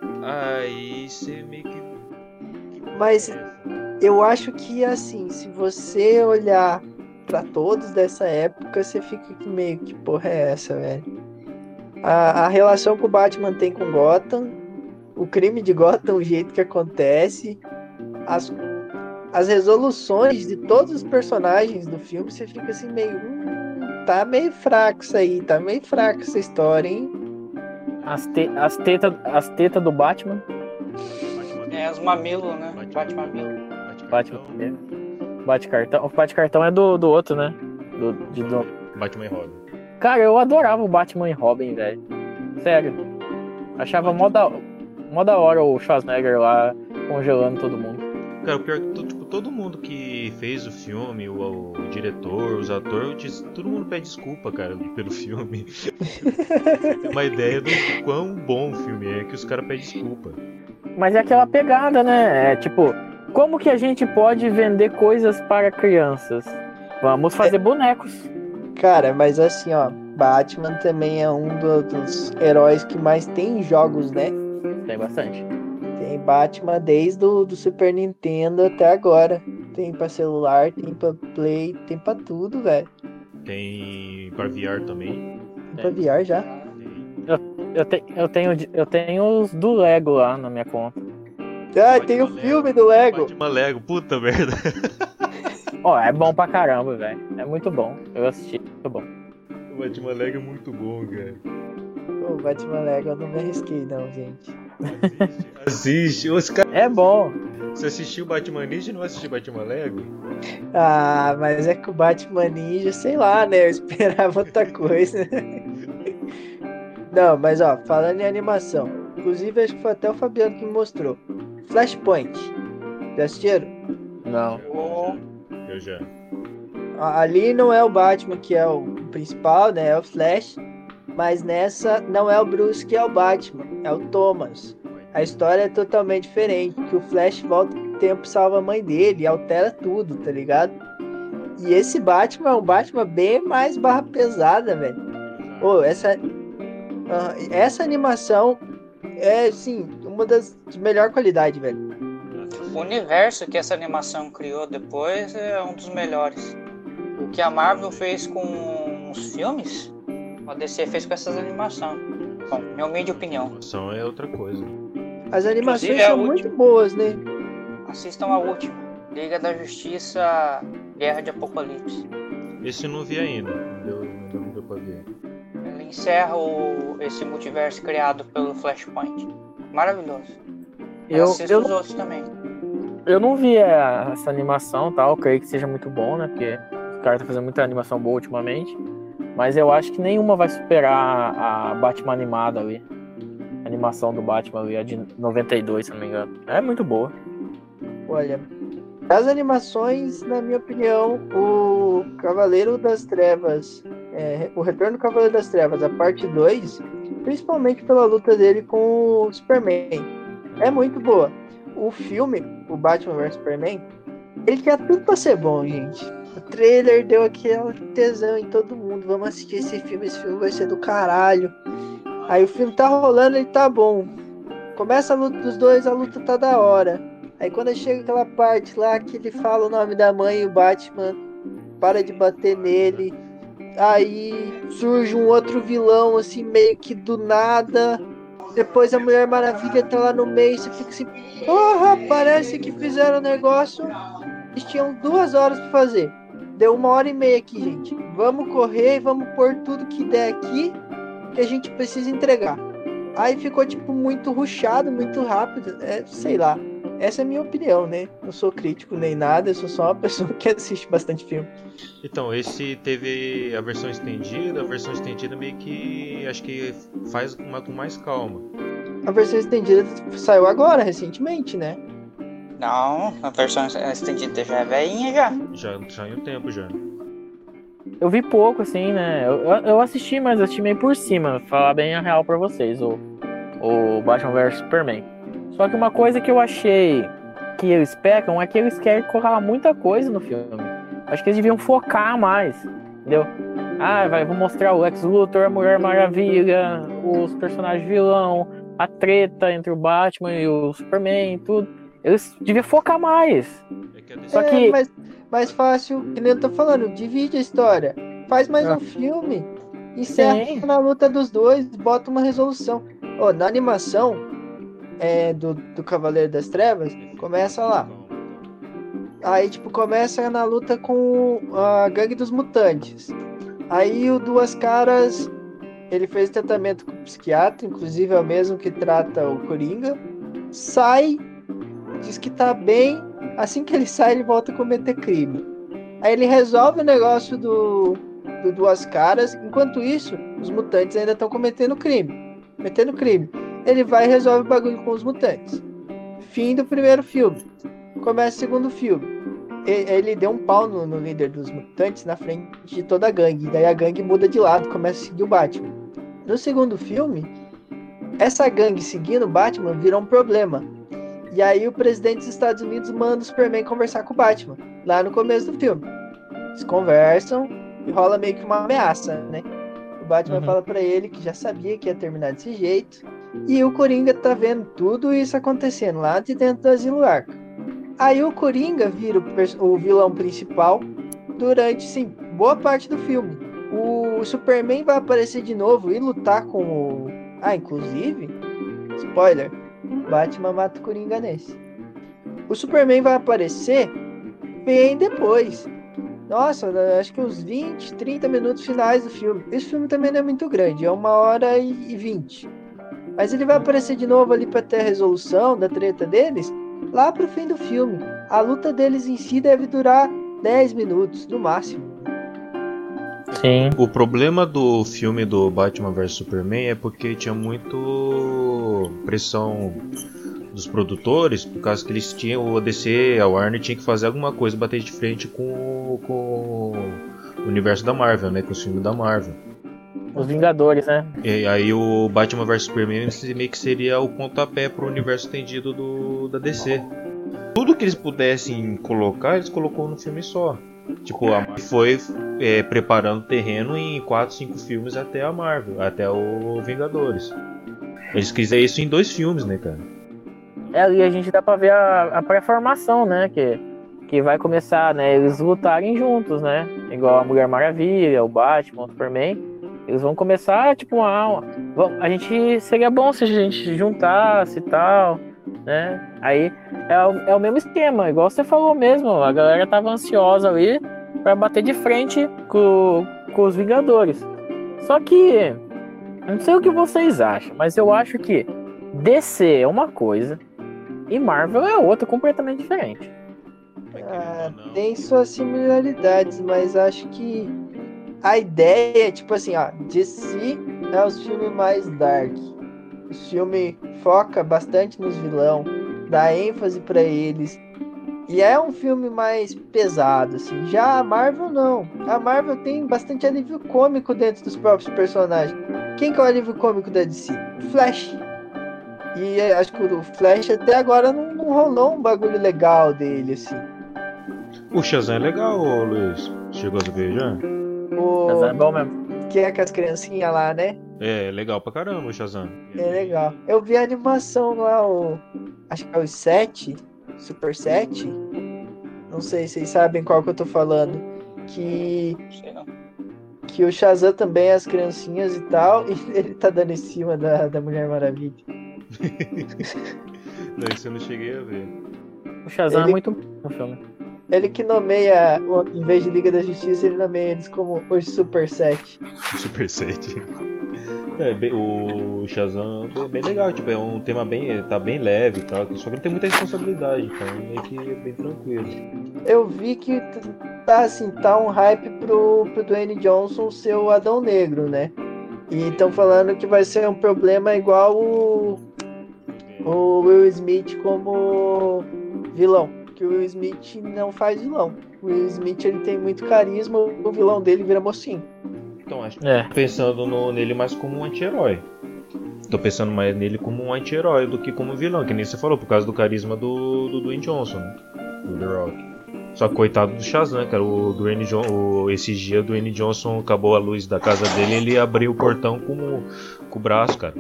aí você meio que. que
Mas-
é essa?
Eu acho que, assim, se você olhar pra todos dessa época, você fica que meio que porra é essa, velho? A, a relação que o Batman tem com Gotham, o crime de Gotham, o jeito que acontece, as, as resoluções de todos os personagens do filme, você fica assim meio... Hum, tá meio fraco isso aí, tá meio fraco essa história, hein?
As, te, as tetas as teta do Batman.
É, os mamilos, né? Bate mamilo.
Batman. Bate-cartão. O Bate-cartão é do, do outro, né? Do, de, do...
Batman e Robin.
Cara, eu adorava o Batman e Robin, velho. Sério. Achava mó da, mó da hora o Schwarzenegger lá congelando todo mundo.
Cara, o pior é que to- tipo, todo mundo que fez o filme, o, o diretor, os atores, todo mundo pede desculpa, cara, pelo filme. Tem uma ideia do quão bom o filme é que os caras pedem desculpa.
Mas é aquela pegada, né? É tipo, como que a gente pode vender coisas para crianças? Vamos fazer bonecos.
Cara, mas assim, ó, Batman também é um do- dos heróis que mais tem jogos, né?
Tem bastante.
Tem Batman desde o do Super Nintendo até agora. Tem pra celular, tem pra Play, tem pra tudo, velho.
Tem para V R também.
Tem pra V R já.
Eu, te, eu, tenho, eu tenho os do Lego lá na minha conta.
Ah, tem o filme do Lego.
Batman Lego, puta merda.
Ó, é bom pra caramba, velho. É muito bom. Eu assisti, muito bom.
O Batman Lego é muito bom, cara.
O Batman Lego eu não me arrisquei não, gente.
Assiste. Os caras.
É bom.
Você assistiu Batman Ninja e não assistiu Batman Lego?
Ah, mas é que o Batman Ninja, sei lá, né? Eu esperava outra coisa. Não, mas ó, falando em animação. Inclusive, acho que foi até o Fabiano que me mostrou. Flashpoint. Já assistiram?
Não.
O-
Eu já.
Ali não é o Batman que é o principal, né? É o Flash. Mas nessa não é o Bruce que é o Batman, é o Thomas. A história é totalmente diferente, porque o Flash volta no tempo, salva a mãe dele, altera tudo, tá ligado? E esse Batman é um Batman bem mais barra pesada, velho. Pô, essa, ah, essa animação é, assim, uma das de melhor qualidade, velho.
O universo que essa animação criou depois é um dos melhores. O que a Marvel fez com os filmes, a D C fez com essas animações. Bom, minha humilde opinião.
Animação é outra coisa.
As animações
Inclusive, é a
são muito boas, né?
Assistam a última. Liga da Justiça, Guerra de Apocalipse.
Esse eu não vi ainda. Não deu, não deu, não deu pra ver.
Ele encerra o, esse multiverso criado pelo Flashpoint. Maravilhoso.
Eu,
Assista
eu,
os outros também.
eu não vi a- essa animação, tal. Creio que seja muito bom, né? Porque os caras estão fazendo muita animação boa ultimamente. Mas eu acho que nenhuma vai superar a Batman animada ali. A animação do Batman ali, a de noventa e dois, se não me engano. É muito boa.
Olha, as animações, na minha opinião, o Cavaleiro das Trevas, é, o Retorno do Cavaleiro das Trevas, a parte dois, principalmente pela luta dele com o Superman, é muito boa. O filme, o Batman versus. Superman, ele tinha tudo pra ser bom, gente. O trailer deu aquela tesão em todo mundo. Vamos assistir esse filme, esse filme vai ser do caralho. Aí o filme tá rolando, ele tá bom. Começa a luta dos dois, a luta tá da hora. Aí quando chega aquela parte lá que ele fala o nome da mãe e o Batman para de bater nele. Aí surge um outro vilão, assim, meio que do nada. Depois a Mulher Maravilha tá lá no meio. Você fica assim, porra, parece que fizeram o negócio. Eles tinham duas horas pra fazer. Deu uma hora e meia aqui, gente. Vamos correr e vamos pôr tudo que der aqui que a gente precisa entregar. Aí ficou, tipo, muito rushado, muito rápido. É, sei lá. Essa é a minha opinião, né? Não sou crítico nem nada, eu sou só uma pessoa que assiste bastante filme.
Então, esse teve a versão estendida. A versão estendida meio que acho que faz uma com mais calma.
A versão estendida saiu agora, recentemente, né?
Não, a versão estendida já é velhinha já.
Já já em um tempo já.
Eu vi pouco, assim, né? Eu, eu- eu assisti, mas eu assisti meio por cima. Falar bem a real pra vocês, o, o Batman versus. Superman. Só que uma coisa que eu achei que eles pecam é que eles querem colocar muita coisa no filme. Acho que eles deviam focar mais, entendeu? Ah, vai, vou mostrar o Lex Luthor, a Mulher Maravilha, os personagens vilão, a treta entre o Batman e o Superman e tudo. Eles deviam focar mais.
É que a D C
Só
É,
que-
mais, mais fácil, que nem eu tô falando, divide a história. Faz mais
Ah.
um filme. Encerra
Sim.
na luta dos dois, bota uma resolução. Ó, na animação é, do, do Cavaleiro das Trevas, começa lá. Aí, tipo, começa na luta com a gangue dos mutantes. Aí o Duas Caras, ele fez tratamento com o psiquiatra, inclusive é o mesmo que trata o Coringa. Sai, diz que tá bem. Assim que ele sai, ele volta a cometer crime. Aí ele resolve o negócio do, do Duas Caras. Enquanto isso, os mutantes ainda estão cometendo crime. Cometendo crime. Ele vai e resolve o bagulho com os mutantes. Fim do primeiro filme. Começa o segundo filme. E- Ele deu um pau no, no líder dos mutantes na frente de toda a gangue. Daí a gangue muda de lado, começa a seguir o Batman. No segundo filme, essa gangue seguindo o Batman vira um problema. E aí o presidente dos Estados Unidos manda o Superman conversar com o Batman. Lá no começo do filme. Eles conversam e rola meio que uma ameaça, né? O Batman
Uhum.
fala pra ele que já sabia que ia terminar desse jeito. E o Coringa tá vendo tudo isso acontecendo lá de dentro do Asilo Arkham. Aí o Coringa vira o, pers- o vilão principal durante, sim, boa parte do filme. O Superman vai aparecer de novo e lutar com o... Ah, inclusive, spoiler, Batman mata o Coringa nesse. O Superman vai aparecer bem depois. Nossa, acho que uns vinte, trinta minutos finais do filme. Esse filme também não é muito grande, é uma hora e vinte. Mas ele vai aparecer de novo ali pra ter a resolução da treta deles lá pro fim do filme. A luta deles em si deve durar dez minutos, no máximo.
Sim.
O problema do filme do Batman versus Superman é porque tinha muito pressão dos produtores, por causa que eles tinham, o D C, a Warner tinha que fazer alguma coisa, bater de frente com, com o universo da Marvel, né, com os filmes da Marvel.
Os Vingadores, né?
E aí o Batman versus Superman meio que seria o pontapé pro universo estendido do, da D C. Tudo que eles pudessem colocar, eles colocou no filme só. Tipo, a Marvel foi é, preparando terreno em quatro, cinco filmes até a Marvel, até o Vingadores. Eles quiseram isso em dois filmes, né, cara?
É, ali a gente dá pra ver a, a pré-formação, né? Que, que vai começar, né? Eles lutarem juntos, né? Igual a Mulher Maravilha, o Batman, o Superman. Eles vão começar, tipo, uma, uma, a gente seria bom se a gente juntasse e tal, né? Aí é o, é o mesmo esquema, igual você falou mesmo. A galera tava ansiosa ali pra bater de frente com, com os Vingadores. Só que, não sei o que vocês acham, mas eu acho que D C é uma coisa e Marvel é outra completamente diferente.
Ah, tem suas similaridades, mas acho que a ideia, tipo assim, ó, D C é os filmes mais dark. O filme foca bastante nos vilão, dá ênfase pra eles. E é um filme mais pesado, assim. Já a Marvel não. A Marvel tem bastante alívio cômico dentro dos próprios personagens. Quem que é o alívio cômico da D C? O Flash. E acho que o Flash até agora não, não rolou um bagulho legal dele, assim.
O Shazam é legal, ô, Luiz. Chegou a ver já?
O...
Mas é bom mesmo.
Que é com as criancinhas lá, né?
É, legal pra caramba o Shazam.
É legal. Eu vi a animação lá, o... acho que é o sete, Super sete. Não sei se vocês sabem qual que eu tô falando. Que...
Sei não.
Que o Shazam também é as criancinhas e tal. E ele tá dando em cima da, da Mulher Maravilha.
Não, isso eu não cheguei a ver.
O Shazam
Ele-
é muito bom no filme.
Ele que nomeia, em vez de Liga da Justiça, ele nomeia eles como os Super sete.
Super sete. É, bem- o Shazam é bem legal, tipo, é um tema bem, tá bem leve e tal, só que não tem muita responsabilidade, então meio que é bem tranquilo.
Eu vi que t- tá assim, tá um hype pro, pro Dwayne Johnson ser o Adão Negro, né? E estão falando que vai ser um problema igual o, o Will Smith como vilão. Que o Will Smith não faz vilão. O Will Smith ele tem muito carisma, o vilão dele vira mocinho.
Então acho que
É.
tô pensando no- nele mais como um anti-herói. Tô pensando mais nele como um anti-herói do que como vilão, que nem você falou, por causa do carisma do, do Dwayne Johnson, né? Do The Rock. Só que coitado do Shazam, cara, o Dwayne John, o, esses dias o Dwayne Johnson acabou a luz da casa dele e ele abriu o portão com, com o braço, cara.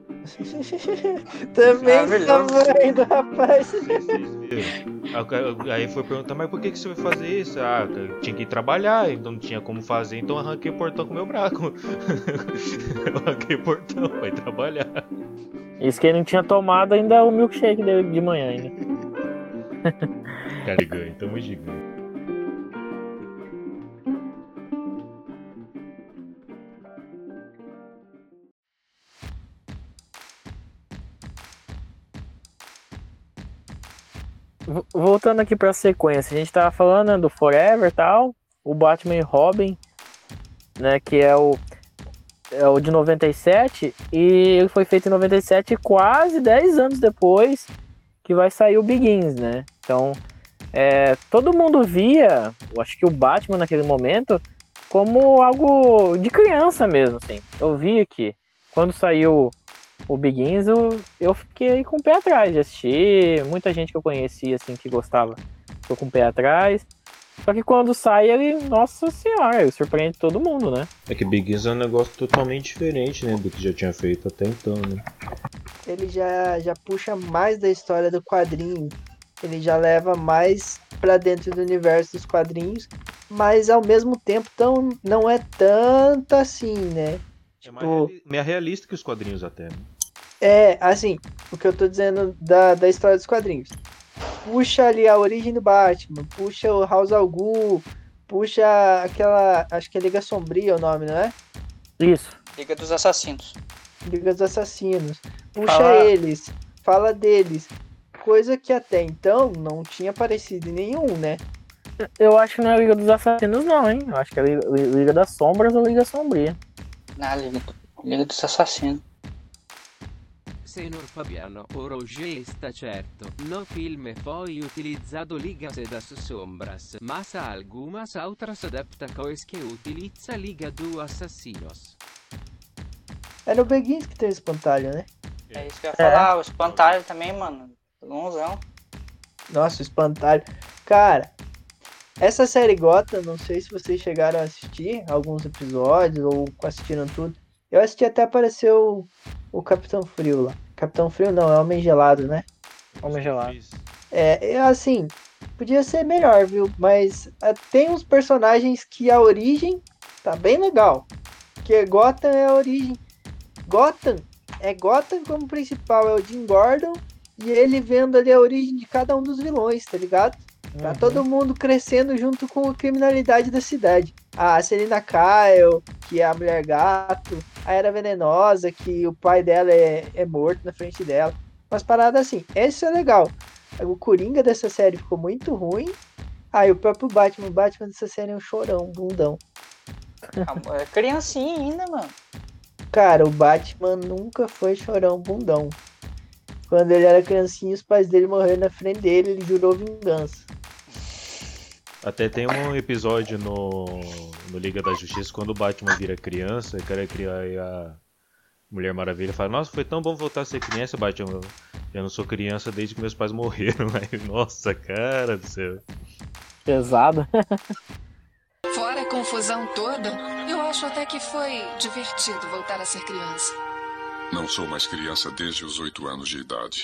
Também
Ah,
tá
verdade.
vendo, rapaz.
Aí o cara- Aí foi perguntar, mas por que, que você vai fazer isso? Ah, cara, tinha que ir trabalhar, então não tinha como fazer, então eu arranquei o portão com o meu braço. Eu arranquei o portão, vai trabalhar.
Isso que ele não tinha tomado ainda o milkshake dele de manhã ainda.
Cara, gigante, tamo gigante.
V- Voltando aqui pra sequência, a gente tava falando, né, do Forever e tal, o Batman e Robin, né, que é o, é o de noventa e sete, e ele foi feito em noventa e sete, quase dez anos depois que vai sair o Begins, né? Então, é, todo mundo via, eu acho que o Batman naquele momento, como algo de criança mesmo, assim. Eu vi que quando saiu o Begins, eu, eu fiquei com o pé atrás de assistir. Muita gente que eu conhecia, assim, que gostava, ficou com o pé atrás. Só que quando sai, ele, nossa senhora, ele surpreende todo mundo, né?
É que Begins é um negócio totalmente diferente, né, do que já tinha feito até então, né?
Ele já, já puxa mais da história do quadrinho. Ele já leva mais pra dentro do universo dos quadrinhos. Mas ao mesmo tempo tão, não é tanto assim, né?
É mais,
Tipo,
reali- mais realista que os quadrinhos até, né?
é, assim, o que eu tô dizendo da, da história dos quadrinhos. Puxa ali a origem do Batman, puxa o Ra's al Ghul, puxa aquela, acho que é Liga Sombria o nome, não é?
Isso.
Liga dos Assassinos.
Liga dos Assassinos. Puxa
Fala-
eles, fala deles. Coisa que até então não tinha aparecido em nenhum, né?
Eu acho que não é a Liga dos Assassinos, não, hein? Eu acho que é a Liga, Liga das Sombras ou Liga Sombria.
Na Liga, do- Liga dos Assassinos.
Senor Fabiano, o Roger está certo. No film foi utilizado Liga das Sombras, mas há algumas outras adaptações que utiliza Liga dos Assassinos.
É no Begins que tem o espantalho, né?
É isso que eu ia falar. O Espantalho também, mano. Lonzão.
Nossa, o espantalho. Cara, essa série Gotham, não sei se vocês chegaram a assistir alguns episódios ou assistiram tudo. Eu assisti até apareceu o, o Capitão Frio lá. Capitão Frio não, é Homem Gelado, né?
Homem Gelado.
É, é assim, podia ser melhor, viu? Mas é, tem uns personagens que a origem tá bem legal. Porque Gotham é a origem. Gotham é Gotham como principal, é o Jim Gordon. E ele vendo ali a origem de cada um dos vilões, tá ligado? Tá
Uhum.
todo mundo crescendo junto com a criminalidade da cidade. A Selina Kyle, que é a Mulher Gato. A Era Venenosa, que o pai dela é, é morto na frente dela. Umas paradas assim. Esse é legal. O Coringa dessa série ficou muito ruim. Ah, e o próprio Batman. O Batman dessa série é um chorão, um bundão.
É criancinha ainda, mano.
Cara, o Batman nunca foi chorão, bundão. Quando ele era criancinha, os pais dele morreram na frente dele, ele jurou vingança.
Até tem um episódio no, no Liga da Justiça quando o Batman vira criança e quer criar aí a Mulher Maravilha. Fala, nossa, foi tão bom voltar a ser criança, Batman. Eu não sou criança desde que meus pais morreram. Aí, nossa, cara do céu.
Pesado.
Fora a confusão toda, eu acho até que foi divertido voltar a ser criança.
Não sou mais criança desde os oito anos de idade.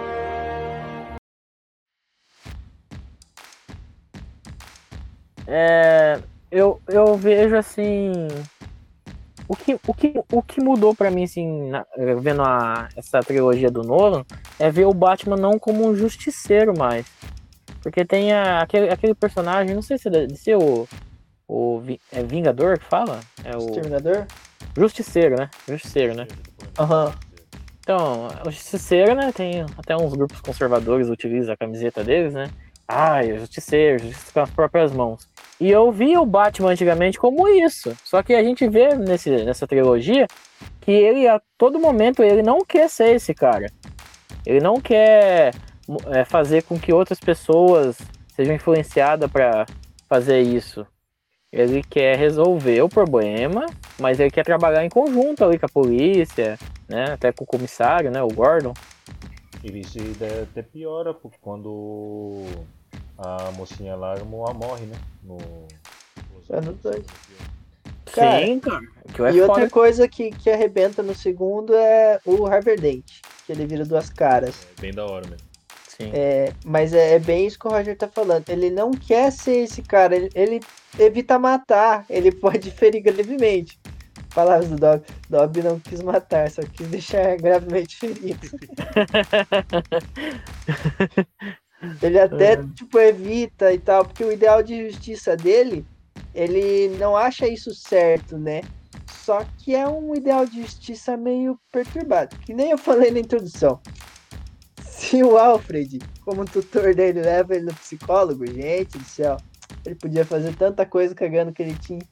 É, eu, eu vejo assim. O que, o que, o que mudou pra mim, assim, na- vendo a, essa trilogia do Nolan, é ver o Batman não como um justiceiro mais. Porque tem a- aquele, aquele personagem, não sei se é de ser o, o Vi- é Vingador que fala? É o
Exterminador?
Justiceiro, né? Justiceiro, né?
Aham.
Então, o Justiceiro, né? Tem até uns grupos conservadores utilizam a camiseta deles, né? Ah, o Justiceiro, justiça com as próprias mãos. E eu via o Batman antigamente como isso. Só que a gente vê nesse, nessa trilogia que ele, a todo momento, ele não quer ser esse cara. Ele não quer é, fazer com que outras pessoas sejam influenciadas para fazer isso. Ele quer resolver o problema, mas ele quer trabalhar em conjunto ali com a polícia, né? Até com o comissário, né? O Gordon.
E isso ainda até piora pô, quando a mocinha lá mo- morre, né? No...
É no dois. Cara,
Sim, cara. Que é
E outra
foda.
coisa que, que arrebenta no segundo é o Harvey Dent, que ele vira duas caras.
É bem da hora mesmo.
Sim.
É, mas é, é bem isso que o Roger tá falando. Ele não quer ser esse cara, ele, ele evita matar, ele pode ferir gravemente. Palavras do Dob. Dob não quis matar, só quis deixar gravemente ferido. Ele até, tipo, evita e tal, porque o ideal de justiça dele, ele não acha isso certo, né? Só que é um ideal de justiça meio perturbado, que nem eu falei na introdução. Se o Alfred, como tutor dele, leva ele no psicólogo, gente do céu, ele podia fazer tanta coisa cagando que ele tinha.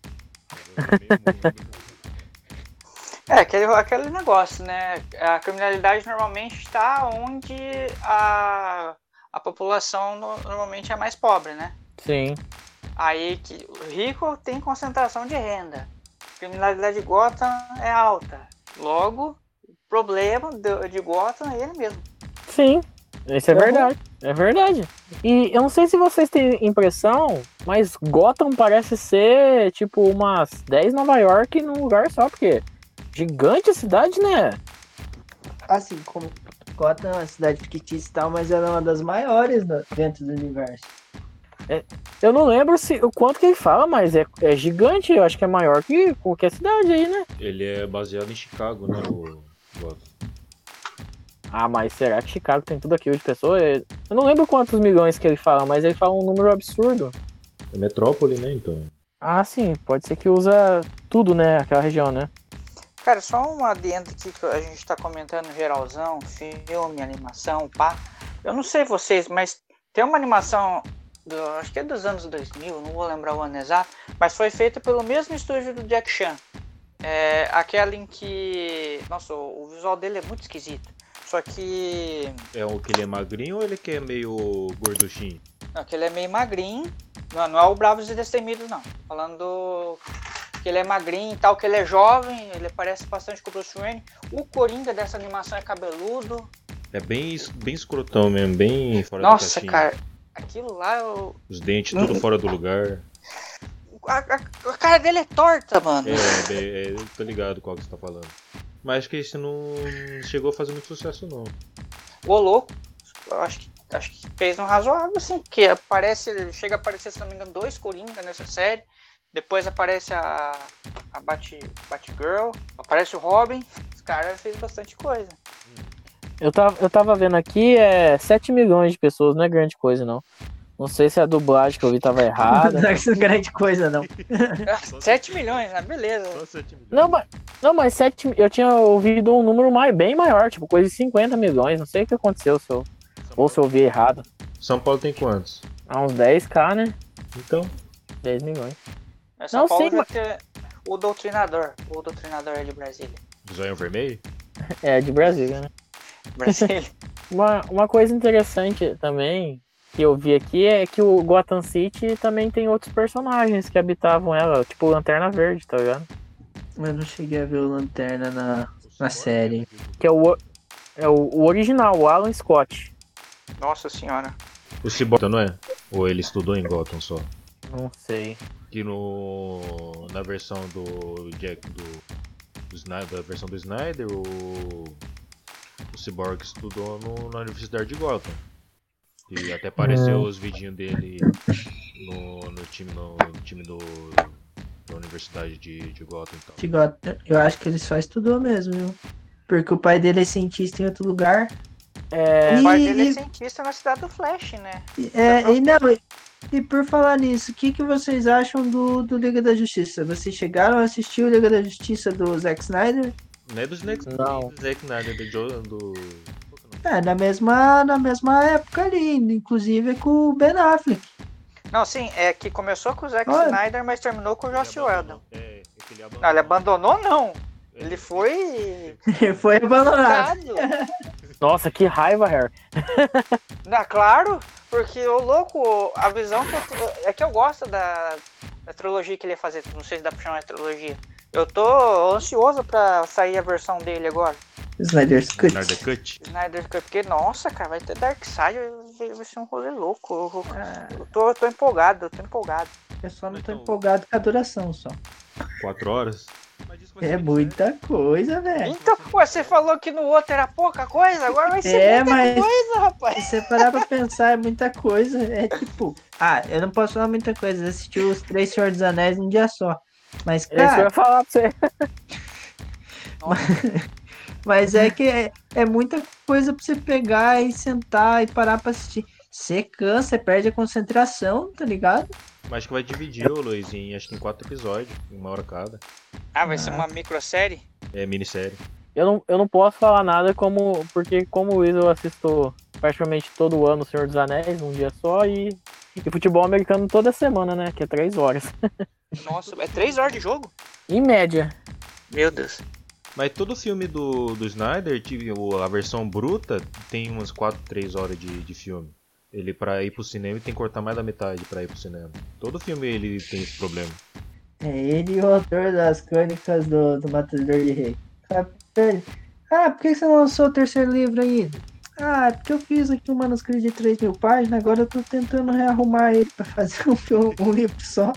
É, aquele, aquele negócio, né? A criminalidade normalmente está onde a, a população no- normalmente é mais pobre, né?
Sim.
Aí que o rico tem concentração de renda. A criminalidade de Gotham é alta. Logo, o problema de, de Gotham é ele mesmo.
Sim. Isso é
Uhum.
verdade. É verdade. E eu não sei se vocês têm impressão, mas Gotham parece ser tipo umas dez Nova York num lugar só, porque gigante a cidade, né?
Assim, como Gotham é uma cidade fictícia e tal, mas ela é uma das maiores no- dentro do universo.
Eu não lembro se o quanto que ele fala, mas é, é gigante. Eu acho que é maior que qualquer cidade aí, né?
Ele é baseado em Chicago, né? O Gotham.
Ah, mas será que Chicago tem tudo aquilo de pessoa? Eu não lembro quantos milhões que ele fala, mas ele fala um número absurdo.
É metrópole, né? Então.
Ah, sim, pode ser que usa tudo, né? Aquela região, né?
Cara, só um adendo aqui que a gente tá comentando geralzão, filme, animação, pá. Eu não sei vocês, mas tem uma animação do, acho que é dos anos dois mil, não vou lembrar o ano exato, mas foi feita pelo mesmo estúdio do Jack Chan. É aquela em que, nossa, o visual dele é muito esquisito. Só que...
É o que ele é magrinho ou ele que é meio gorduchinho?
Não, que ele é meio magrinho. Não, não é o Bravos e Destemidos, não. Falando do... que ele é magrinho e tal, que ele é jovem, ele parece bastante com o Bruce Wayne. O Coringa dessa animação é cabeludo.
É bem, bem escrotão mesmo, bem fora
Nossa,
da caixinha.
cara, aquilo lá... Eu...
Os dentes tudo fora do lugar.
A, a, a cara dele é torta, mano.
É, é, é, eu tô ligado qual que você tá falando. Mas acho que esse não chegou a fazer muito sucesso, não.
Ô, louco. Eu acho que, acho que fez um razoável, assim. Porque aparece, chega a aparecer, se não me engano, dois Coringa nessa série. Depois aparece a, a Bat, Batgirl. Aparece o Robin. Os caras fez bastante coisa.
Eu tava, eu tava vendo aqui, é sete milhões de pessoas, não é grande coisa, não. Não sei se a dublagem que eu vi tava errada.
Não é grande coisa, não.
sete milhões, né? Beleza.
Não, mas, não, mas sete, eu tinha ouvido um número mais, bem maior, tipo, coisa de cinquenta milhões. Não sei o que aconteceu, se eu, ou se eu ouvi errado.
São Paulo tem quantos?
Há uns dez mil, né?
Então.
dez milhões.
É São
Não,
Paulo
sim,
vai
mas...
ter o Doutrinador. O Doutrinador é de Brasília.
Zóio vermelho?
É, de Brasília, né?
Brasília.
uma, uma coisa interessante também que eu vi aqui é que o Gotham City também tem outros personagens que habitavam ela, tipo Lanterna Verde, tá ligado?
Eu não cheguei a ver o Lanterna na, na série.
Que é o, é o, o original, o Alan Scott.
Nossa senhora.
O Cyborg, não é? Ou ele estudou em Gotham só?
Não sei.
Que no... na versão do Jack, do, do Snyder, da versão do Snyder, o, o Cyborg estudou no, na Universidade de Gotham. E até apareceu
Hum.
os vidinhos dele no, no time, no, no time do, da Universidade de, de Gotham e tal.
De Gotham. Eu acho que ele só estudou mesmo, viu? Porque o pai dele é cientista em outro lugar.
É,
O pai
E-
dele é
e-
cientista na cidade do Flash, né?
E- É, e não, e, e por falar nisso, o que, que vocês acham do, do Liga da Justiça? Vocês chegaram a assistir o Liga da Justiça do Zack Snyder?
Não é do Zack
Não.
do Zack Snyder, do Joe, do...
É, na mesma, na mesma época ali, inclusive é com o Ben Affleck.
Não, sim, é que começou com o Zack
Olha.
Snyder, mas terminou com o Joss Whedon.
É, é que ele abandonou.
Não, ele abandonou, não. Ele foi...
Ele foi abandonado.
Cado.
nossa, que raiva, Harry.
Ah, claro, porque o louco, a visão que eu, é que eu gosto da, da trilogia que ele ia fazer, não sei se dá pra chamar de trilogia. Eu tô ansioso pra sair a versão dele agora,
Snyder's Cut.
Snyder Cut.
Snyder Cut, porque, nossa, cara, vai ter Darkseid, vai, vai ser um rolê louco. Eu, eu tô, eu tô empolgado, eu tô empolgado.
Eu só não tô
Então-
empolgado com a duração só.
Quatro horas.
É muita coisa, velho.
Então, ué, você falou que no outro era pouca coisa, agora vai ser
É,
muita
mas-
coisa, rapaz.
Se você parar pra pensar, é muita coisa. É tipo. Ah, eu não posso falar muita coisa. Eu assisti os Três Senhor dos Anéis num dia só. Mas,
Esse que eu
cara,
ia falar pra você.
mas é que é, é muita coisa pra você pegar e sentar e parar pra assistir. Você cansa, você perde a concentração, tá ligado?
Mas acho que vai dividir, ô Luiz, em acho que em quatro episódios, uma hora cada.
Ah, vai ser uma microsérie?
É minissérie.
Eu não, eu não posso falar nada como. Porque como o Luiz eu assisto praticamente todo ano o Senhor dos Anéis, um dia só, e, e futebol americano toda semana, né? Que é três horas.
Nossa, é três horas de jogo?
Em média.
Meu Deus.
Mas todo filme do, do Snyder, tive, o- a versão bruta, tem umas quatro, três horas de, de filme. Ele, pra ir pro cinema, tem que cortar mais da metade pra ir pro cinema. Todo filme ele tem esse problema.
É ele e o autor das crônicas do, do Matador de Rei. Ah, ele, ah, por que você não lançou o terceiro livro ainda? Ah, é porque eu fiz aqui um manuscrito de três mil páginas, agora eu tô tentando rearrumar ele pra fazer um, filme- um livro só.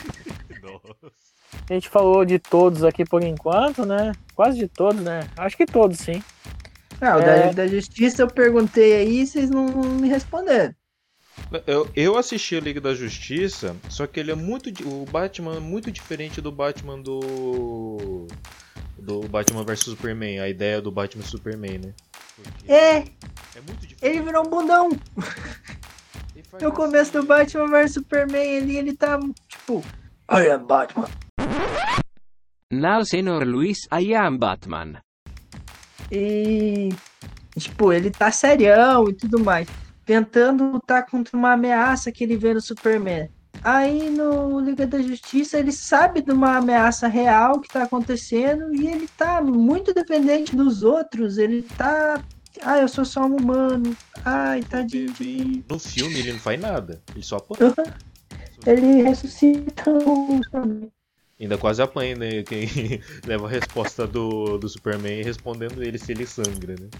A gente falou de todos aqui por enquanto, né? Quase de todos, né? Acho que todos, sim.
Ah, o
É.
da Liga da Justiça eu perguntei aí e vocês não, não me responderam.
Eu, eu assisti a Liga da Justiça, só que ele é muito. di- O Batman é muito diferente do Batman do. Do Batman versus Superman, a ideia do Batman e Superman, né? Porque
É,
é muito diferente.
ele virou um bundão.
Ele faz
No começo do
assim,
Batman versus Superman ali, ele tá tipo, I am Batman.
Now Senor Luis, I am Batman.
E tipo, ele tá serião e tudo mais. tentando lutar contra uma ameaça que ele vê no Superman. Aí no Liga da Justiça ele sabe de uma ameaça real que tá acontecendo e ele tá muito dependente dos outros. Ele tá. Ah, eu sou só um humano. Ai, tadinho de mim.
No filme ele não faz nada, ele só apanha.
Ele ressuscita o Superman.
Ainda quase apanha, né? Quem leva a resposta do, do Superman respondendo ele se ele sangra, né?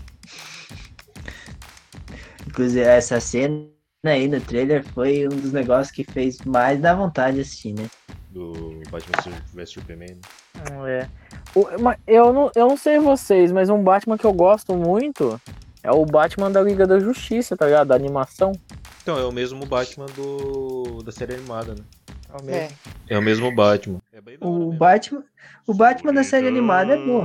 Inclusive, essa cena aí no trailer foi um dos negócios que fez mais dar vontade de assistir, né?
Do Batman vs Superman.
É. O, mas eu, não, eu não sei vocês, mas um Batman que eu gosto muito é o Batman da Liga da Justiça, tá ligado? Da animação.
Então, é o mesmo Batman do, da série animada, né?
É o mesmo.
É, é o mesmo Batman. É bem da hora
O
mesmo.
Batman, o Batman da série animada é bom.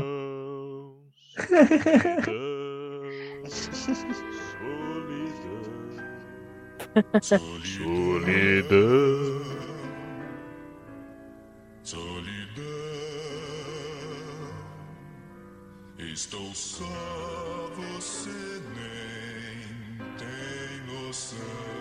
Solidão.
Solidão. Estou só, você nem tem noção.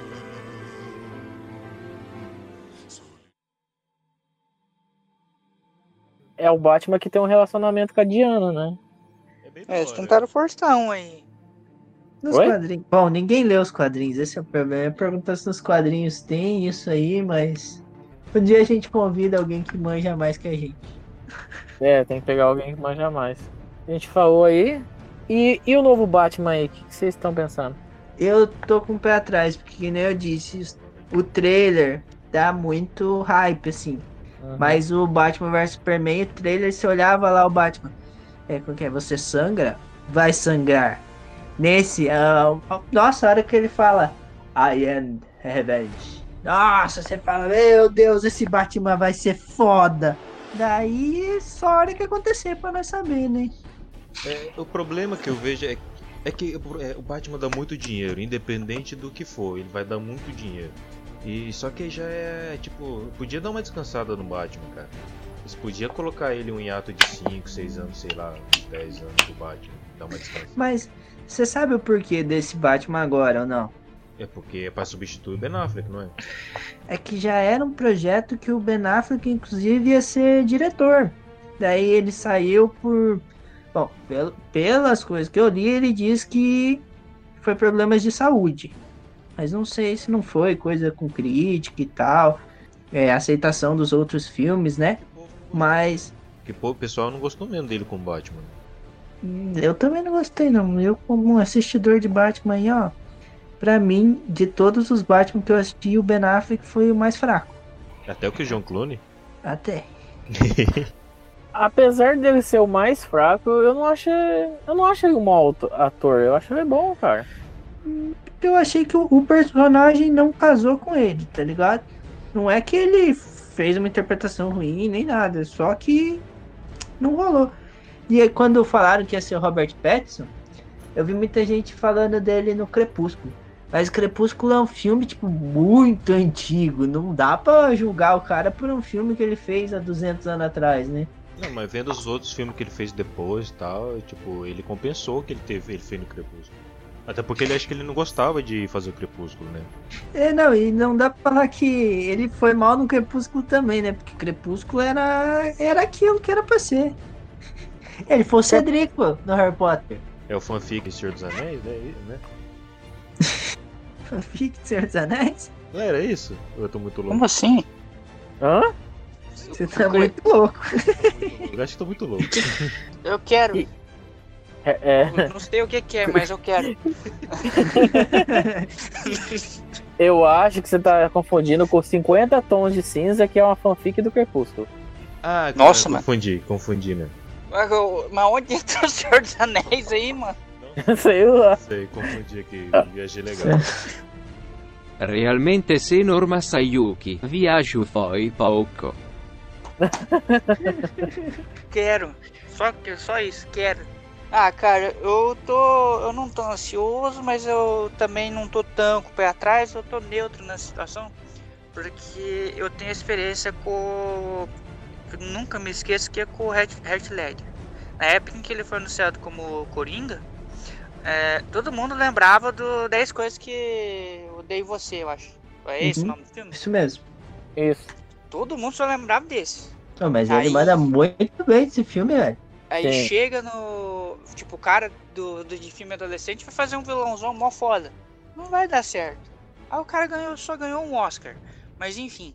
É o Batman que tem um relacionamento com a Diana, né?
É, bem da
É, eles
hora.
tentaram forçar um aí.
Nos
Oi?
quadrinhos. Bom, ninguém lê os quadrinhos, esse é o problema. Eu pergunto se nos quadrinhos tem isso aí, mas um dia a gente convida alguém que manja mais que a gente.
É, tem que pegar alguém que manja mais. A gente falou aí. E, e o novo Batman aí? O que que vocês estão pensando?
Eu tô com o pé atrás, porque que nem eu disse, o trailer dá muito hype, assim.
Uhum.
Mas o Batman versus Superman, o trailer, você olhava lá o Batman. É, como que é? Você sangra? Vai sangrar. Nesse, ah, nossa, a hora que ele fala I am revenge. Nossa, você fala, meu Deus, esse Batman vai ser foda. Daí, só a hora que acontecer pra nós saber, né?
É, o problema que eu vejo é, é que é, o Batman dá muito dinheiro, independente do que for, ele vai dar muito dinheiro. E só que já é, tipo, podia dar uma descansada no Batman, cara. Eles podiam colocar ele um hiato de cinco, seis anos, sei lá, dez anos do Batman, dar uma descansada.
Mas, você sabe o porquê desse Batman agora, ou não?
É porque é pra substituir o Ben Affleck, não é?
É que já era um projeto que o Ben Affleck, inclusive, ia ser diretor. Daí ele saiu por... Bom, pel- pelas coisas que eu li, ele diz que foi problemas de saúde. Mas não sei se não foi coisa com crítica e tal. É, aceitação dos outros filmes, né? Mas
Porque pô, o pessoal não gostou mesmo dele como Batman.
hum, eu também não gostei, não. Eu, como um assistidor de Batman aí, ó. Pra mim, de todos os Batman que eu assisti, o Ben Affleck foi o mais fraco.
Até o que o John Clooney.
Até.
Apesar dele ser o mais fraco, eu não acho, eu não acho ele um mau ato- ator. Eu acho ele bom, cara.
Eu achei que o, o personagem não casou com ele, tá ligado? Não é que ele fez uma interpretação ruim, nem nada. Só que não rolou. E aí, quando falaram que ia ser o Robert Pattinson, eu vi muita gente falando dele no Crepúsculo. Mas Crepúsculo é um filme, tipo, muito antigo. Não dá pra julgar o cara por um filme que ele fez há duzentos anos atrás, né?
Não, mas vendo os outros filmes que ele fez depois e tal, tipo, ele compensou o que ele teve, ele fez no Crepúsculo. Até porque ele acha que ele não gostava de fazer o Crepúsculo, né?
É, não, e não dá pra falar que ele foi mal no Crepúsculo também, né? Porque Crepúsculo era, era aquilo que era pra ser. Ele foi o Cedric, pô, no Harry Potter.
É o fanfic Senhor dos Anéis, né? né?
Fanfic de Senhor dos Anéis?
Não era isso? Ou eu tô muito louco?
Como assim?
Hã?
Você tá muito louco.
Eu acho que tô muito louco.
Eu quero.
E- É, é,
Eu não sei o que, que é, mas eu quero.
eu acho que você tá confundindo com cinquenta Tons de Cinza, que é uma fanfic do Crepúsculo.
Ah,
Nossa,
cara,
mano.
confundi, confundi, né?
Mas, eu- mas onde entra o Senhor dos Anéis aí, mano?
Sei lá.
Sei, confundi aqui, viajei legal.
Realmente Senor Masayuki, viaggio foi pouco.
Quero. Só, que- só isso, quero. Ah, cara, eu tô. Eu não tô ansioso, mas eu também não tô tão com o pé atrás, eu tô neutro na situação. Porque eu tenho experiência com. Eu nunca me esqueço que é com o Heath Heath Ledger. Na época em que ele foi anunciado como Coringa, É, todo mundo lembrava do dez coisas que eu odeio em você, eu acho. É esse
Uhum.
o nome do filme?
Isso mesmo.
Isso.
Todo mundo só lembrava desse.
Não, mas
Aí-
ele manda muito bem esse filme, velho.
Aí
Sim.
chega no. Tipo, o cara do, do de filme adolescente vai fazer um vilãozão mó foda. Não vai dar certo. Aí o cara ganhou, só ganhou um Oscar. Mas enfim.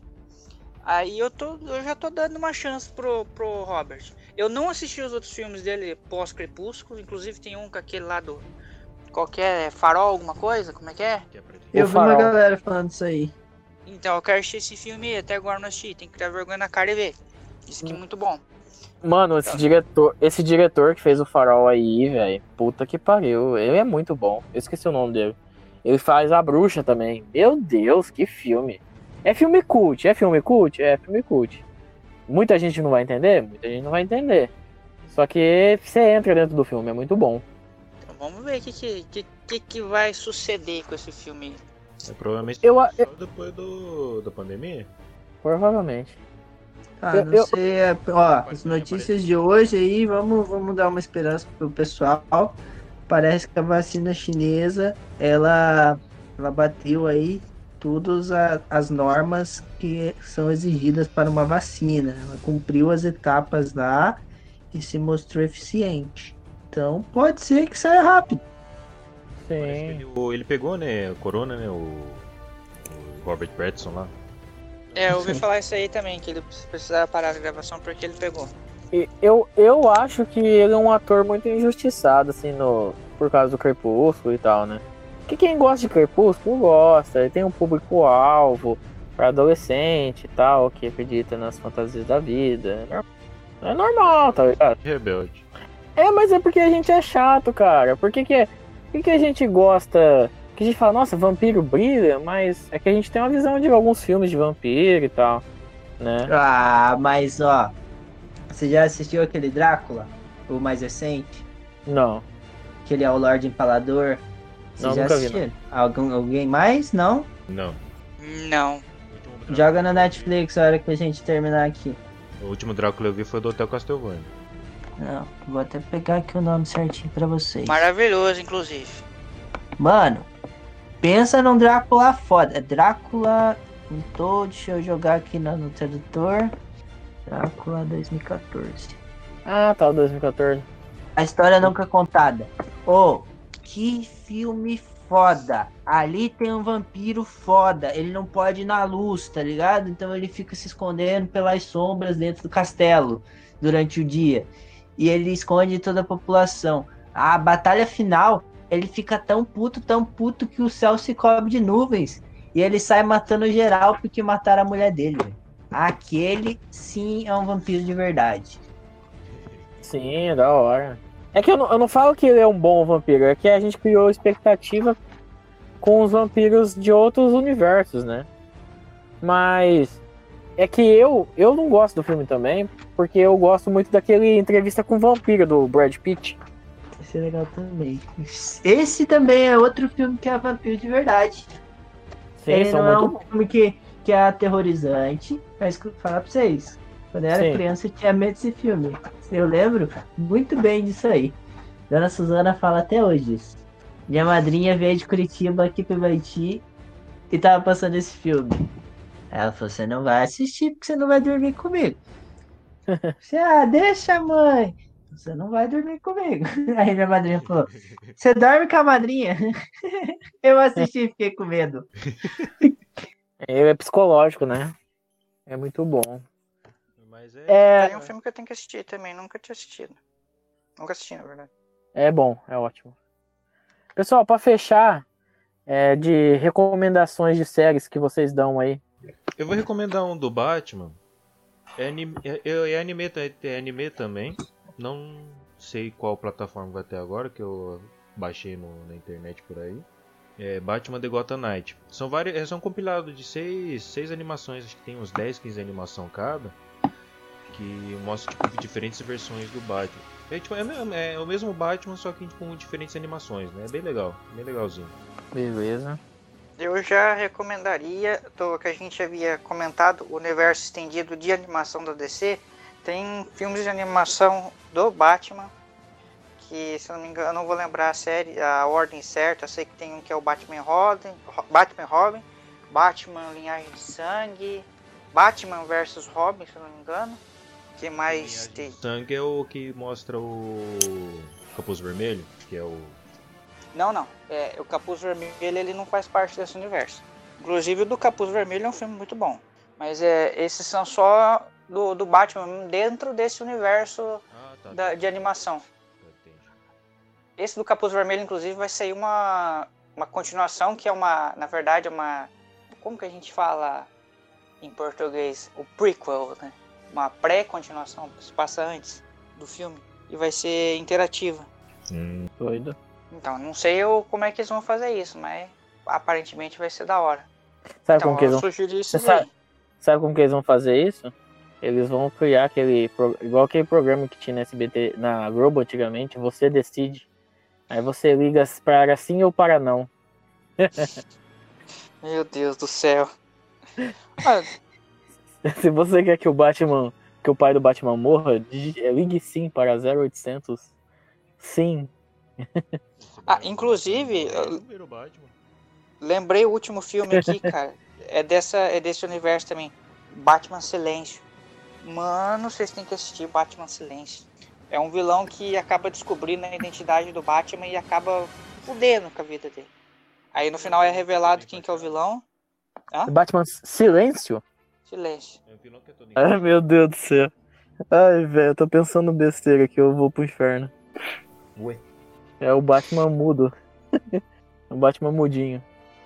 Aí eu, tô, eu já tô dando uma chance pro, pro Robert. Eu não assisti os outros filmes dele pós-Crepúsculo. Inclusive tem um com aquele lá do. Qualquer farol, alguma coisa? Como é que é?
Eu
O
vi uma
Farol.
galera falando isso aí.
Então, eu quero assistir esse filme aí. Até agora não assisti. Tem que ter vergonha na cara e ver. Isso aqui é muito bom.
Mano, esse diretor, esse diretor que fez o Farol aí, velho, puta que pariu. Ele é muito bom. Eu esqueci o nome dele. Ele faz A Bruxa também. Meu Deus, que filme. É filme cult, é filme cult? É filme cult. Muita gente não vai entender? Muita gente não vai entender. Só que você entra dentro do filme, é muito bom.
Então, vamos ver o que, que, que, que, que vai suceder com esse filme aí.
É, provavelmente
Eu-
só
eu-
depois do, da pandemia.
Provavelmente.
Ah,
Eu-
não
eu-
sei. é- Ó, as notícias de hoje aí, vamos, vamos dar uma esperança pro pessoal. Parece que a vacina chinesa, ela, ela bateu aí todas a- as normas que são exigidas para uma vacina. Ela cumpriu as etapas lá e se mostrou eficiente. Então pode ser que saia rápido.
Parece que
Sim.
ele, o- ele pegou, né, o Corona, né, o, o Robert Pattinson lá.
É, eu ouvi
Sim.
falar isso aí também, que ele precisava parar a gravação porque ele pegou.
E Eu, eu acho que ele é um ator muito injustiçado, assim, no, por causa do Crepúsculo e tal, né? Porque quem gosta de Crepúsculo gosta, ele tem um público-alvo pra adolescente e tal, que acredita nas fantasias da vida. É nor- É normal, tá ligado?
Rebelde.
É, mas é porque a gente é chato, cara. Por que, que, por que, que a gente gosta. Que a gente fala, nossa, vampiro brilha, mas é que a gente tem uma visão de alguns filmes de vampiro e tal, né?
Ah, mas ó, você já assistiu aquele Drácula? O mais recente?
Não.
Que ele é o Lorde Empalador? Você
Não,
já
nunca vi,
assistiu? Algum, alguém mais? Não?
Não.
Não.
O último
Joga na Netflix a hora que a gente terminar aqui.
O último Drácula que eu vi foi do Hotel Castlevania.
Não, vou até pegar aqui o nome certinho pra vocês.
Maravilhoso, inclusive.
Mano, pensa num Drácula foda. É Drácula. Não tô, deixa eu jogar aqui no, no tradutor. Drácula dois mil e quatorze.
Ah, tá, o dois mil e quatorze.
A história nunca contada. Ô, que filme foda. Ali tem um vampiro foda. Ele não pode ir na luz, tá ligado? Então ele fica se escondendo pelas sombras dentro do castelo durante o dia. E ele esconde toda a população. A batalha final, ele fica tão puto, tão puto que o céu se cobre de nuvens. E ele sai matando geral porque mataram a mulher dele, velho. Aquele sim é um vampiro de verdade.
Sim, é da hora. É que eu não, eu não falo que ele é um bom vampiro, é que a gente criou expectativa com os vampiros de outros universos, né? Mas é que eu, eu não gosto do filme também, porque eu gosto muito daquele Entrevista com o Vampiro do Brad Pitt.
Esse é legal também. Esse também é outro filme que é vampiro de verdade.
Sim,
Ele
são
não é
muito
um filme que, que é aterrorizante, mas que eu vou falar pra vocês. Quando eu era
Sim.
criança eu tinha medo desse filme. Eu lembro muito bem disso aí. Dona Suzana fala até hoje isso. Minha madrinha veio de Curitiba aqui pro Baiti e tava passando esse filme. Ela falou, você não vai assistir porque você não vai dormir comigo. Você, ah, deixa, mãe. Você não vai dormir comigo. Aí minha madrinha falou, você dorme com a madrinha? Eu assisti e fiquei com medo.
Ele é psicológico, né? É muito bom.
Mas é.
É,
Tem um filme que eu tenho que assistir também, nunca tinha assistido. Nunca assisti, na verdade.
é bom, é ótimo. Pessoal, pra fechar, é, de recomendações de séries que vocês dão aí.
Eu vou recomendar um do Batman. É anime, é, é anime, ta- é anime também. Não sei qual plataforma vai ter agora, que eu baixei no- na internet por aí. É Batman The Gotham Knight. São vários, é, são compilados de seis, seis animações, acho que tem uns dez, quinze animação cada, que mostra tipo, diferentes versões do Batman. É, tipo, é, me- é o mesmo Batman, só que com diferentes animações, né? É bem legal, bem legalzinho.
Beleza.
Eu já recomendaria, do que a gente havia comentado, o universo estendido de animação da D C. Tem filmes de animação do Batman que, se eu não me engano, eu não vou lembrar a série, a ordem certa. Eu sei que tem um que é o Batman e Robin, Batman e Robin, Batman Linhagem de Sangue, Batman versus Robin, se eu não me engano. Que mais tem?
Sangue é o que mostra o Capuz Vermelho, que é o...
Não, não. É, o Capuz Vermelho ele não faz parte desse universo. Inclusive o do Capuz Vermelho é um filme muito bom. Mas é, esses são só do, do Batman dentro desse universo
Ah, tá.
da, de animação.
Entendi.
Esse do Capuz Vermelho, inclusive, vai sair uma, uma continuação que é uma, na verdade, é uma... Como que a gente fala em português? O prequel, né? Uma pré-continuação, que se passa antes do filme. E vai ser interativa.
Hum.
Doido.
Então, não sei eu como é que eles vão fazer isso, mas aparentemente vai ser da hora.
Sabe
Então,
como que eles
eu
vão...
sugiro isso
Você
aí.
sabe, sabe como que eles vão fazer isso? Eles vão criar aquele... pro- Igual aquele programa que tinha na S B T, na Globo antigamente, você decide. Aí você liga para sim ou para não.
Meu Deus do céu. Ah,
Se você quer que o Batman, que o pai do Batman morra, digi- ligue sim para zero oitocentos. Sim.
ah, inclusive, eu
Primeiro Batman.
lembrei o último filme aqui, cara. É, dessa, é desse universo também. Batman Silêncio. Mano, vocês têm que assistir Batman Silêncio. É um vilão que acaba descobrindo a identidade do Batman e acaba fudendo com a vida dele. Aí no final é revelado quem que é o vilão. Hã?
Batman Silêncio?
Silêncio.
É um vilão que é todo
Ai, meu Deus do céu. Ai, velho, eu tô pensando besteira aqui, eu vou pro inferno.
Ué.
É o Batman mudo. O Batman mudinho.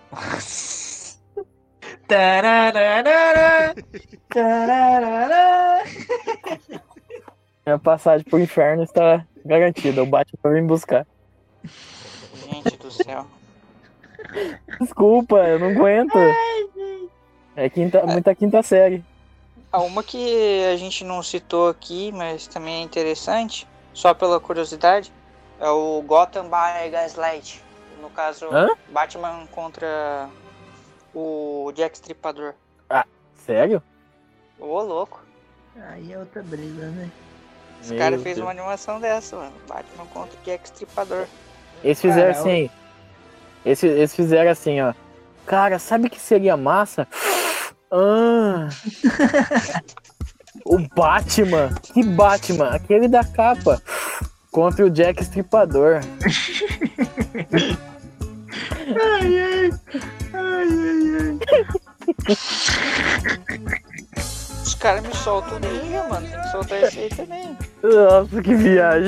Tararara, tararara.
Minha passagem pro inferno está garantida. O Batman vai me buscar.
Gente do céu.
Desculpa, eu não aguento. É quinta, muita quinta série.
Ah, uma que a gente não citou aqui, mas também é interessante, só pela curiosidade, é o Gotham by Gaslight. No caso,
Hã?
Batman contra o Jack Stripador.
Sério?
Ô, louco.
Aí é outra brisa, né?
Os
Meu
caras fez
Deus.
uma animação dessa, mano. Batman contra o Jack Stripador.
Eles fizeram
Cara,
assim. Eles, eles fizeram assim, ó. Cara, sabe o que seria massa? Ah, o Batman. Que Batman? Aquele da capa. Contra o Jack Stripador.
Ai, ai, ai, ai,
Os caras me soltam ninja, mano. Tem que soltar esse aí também.
Nossa, que viagem.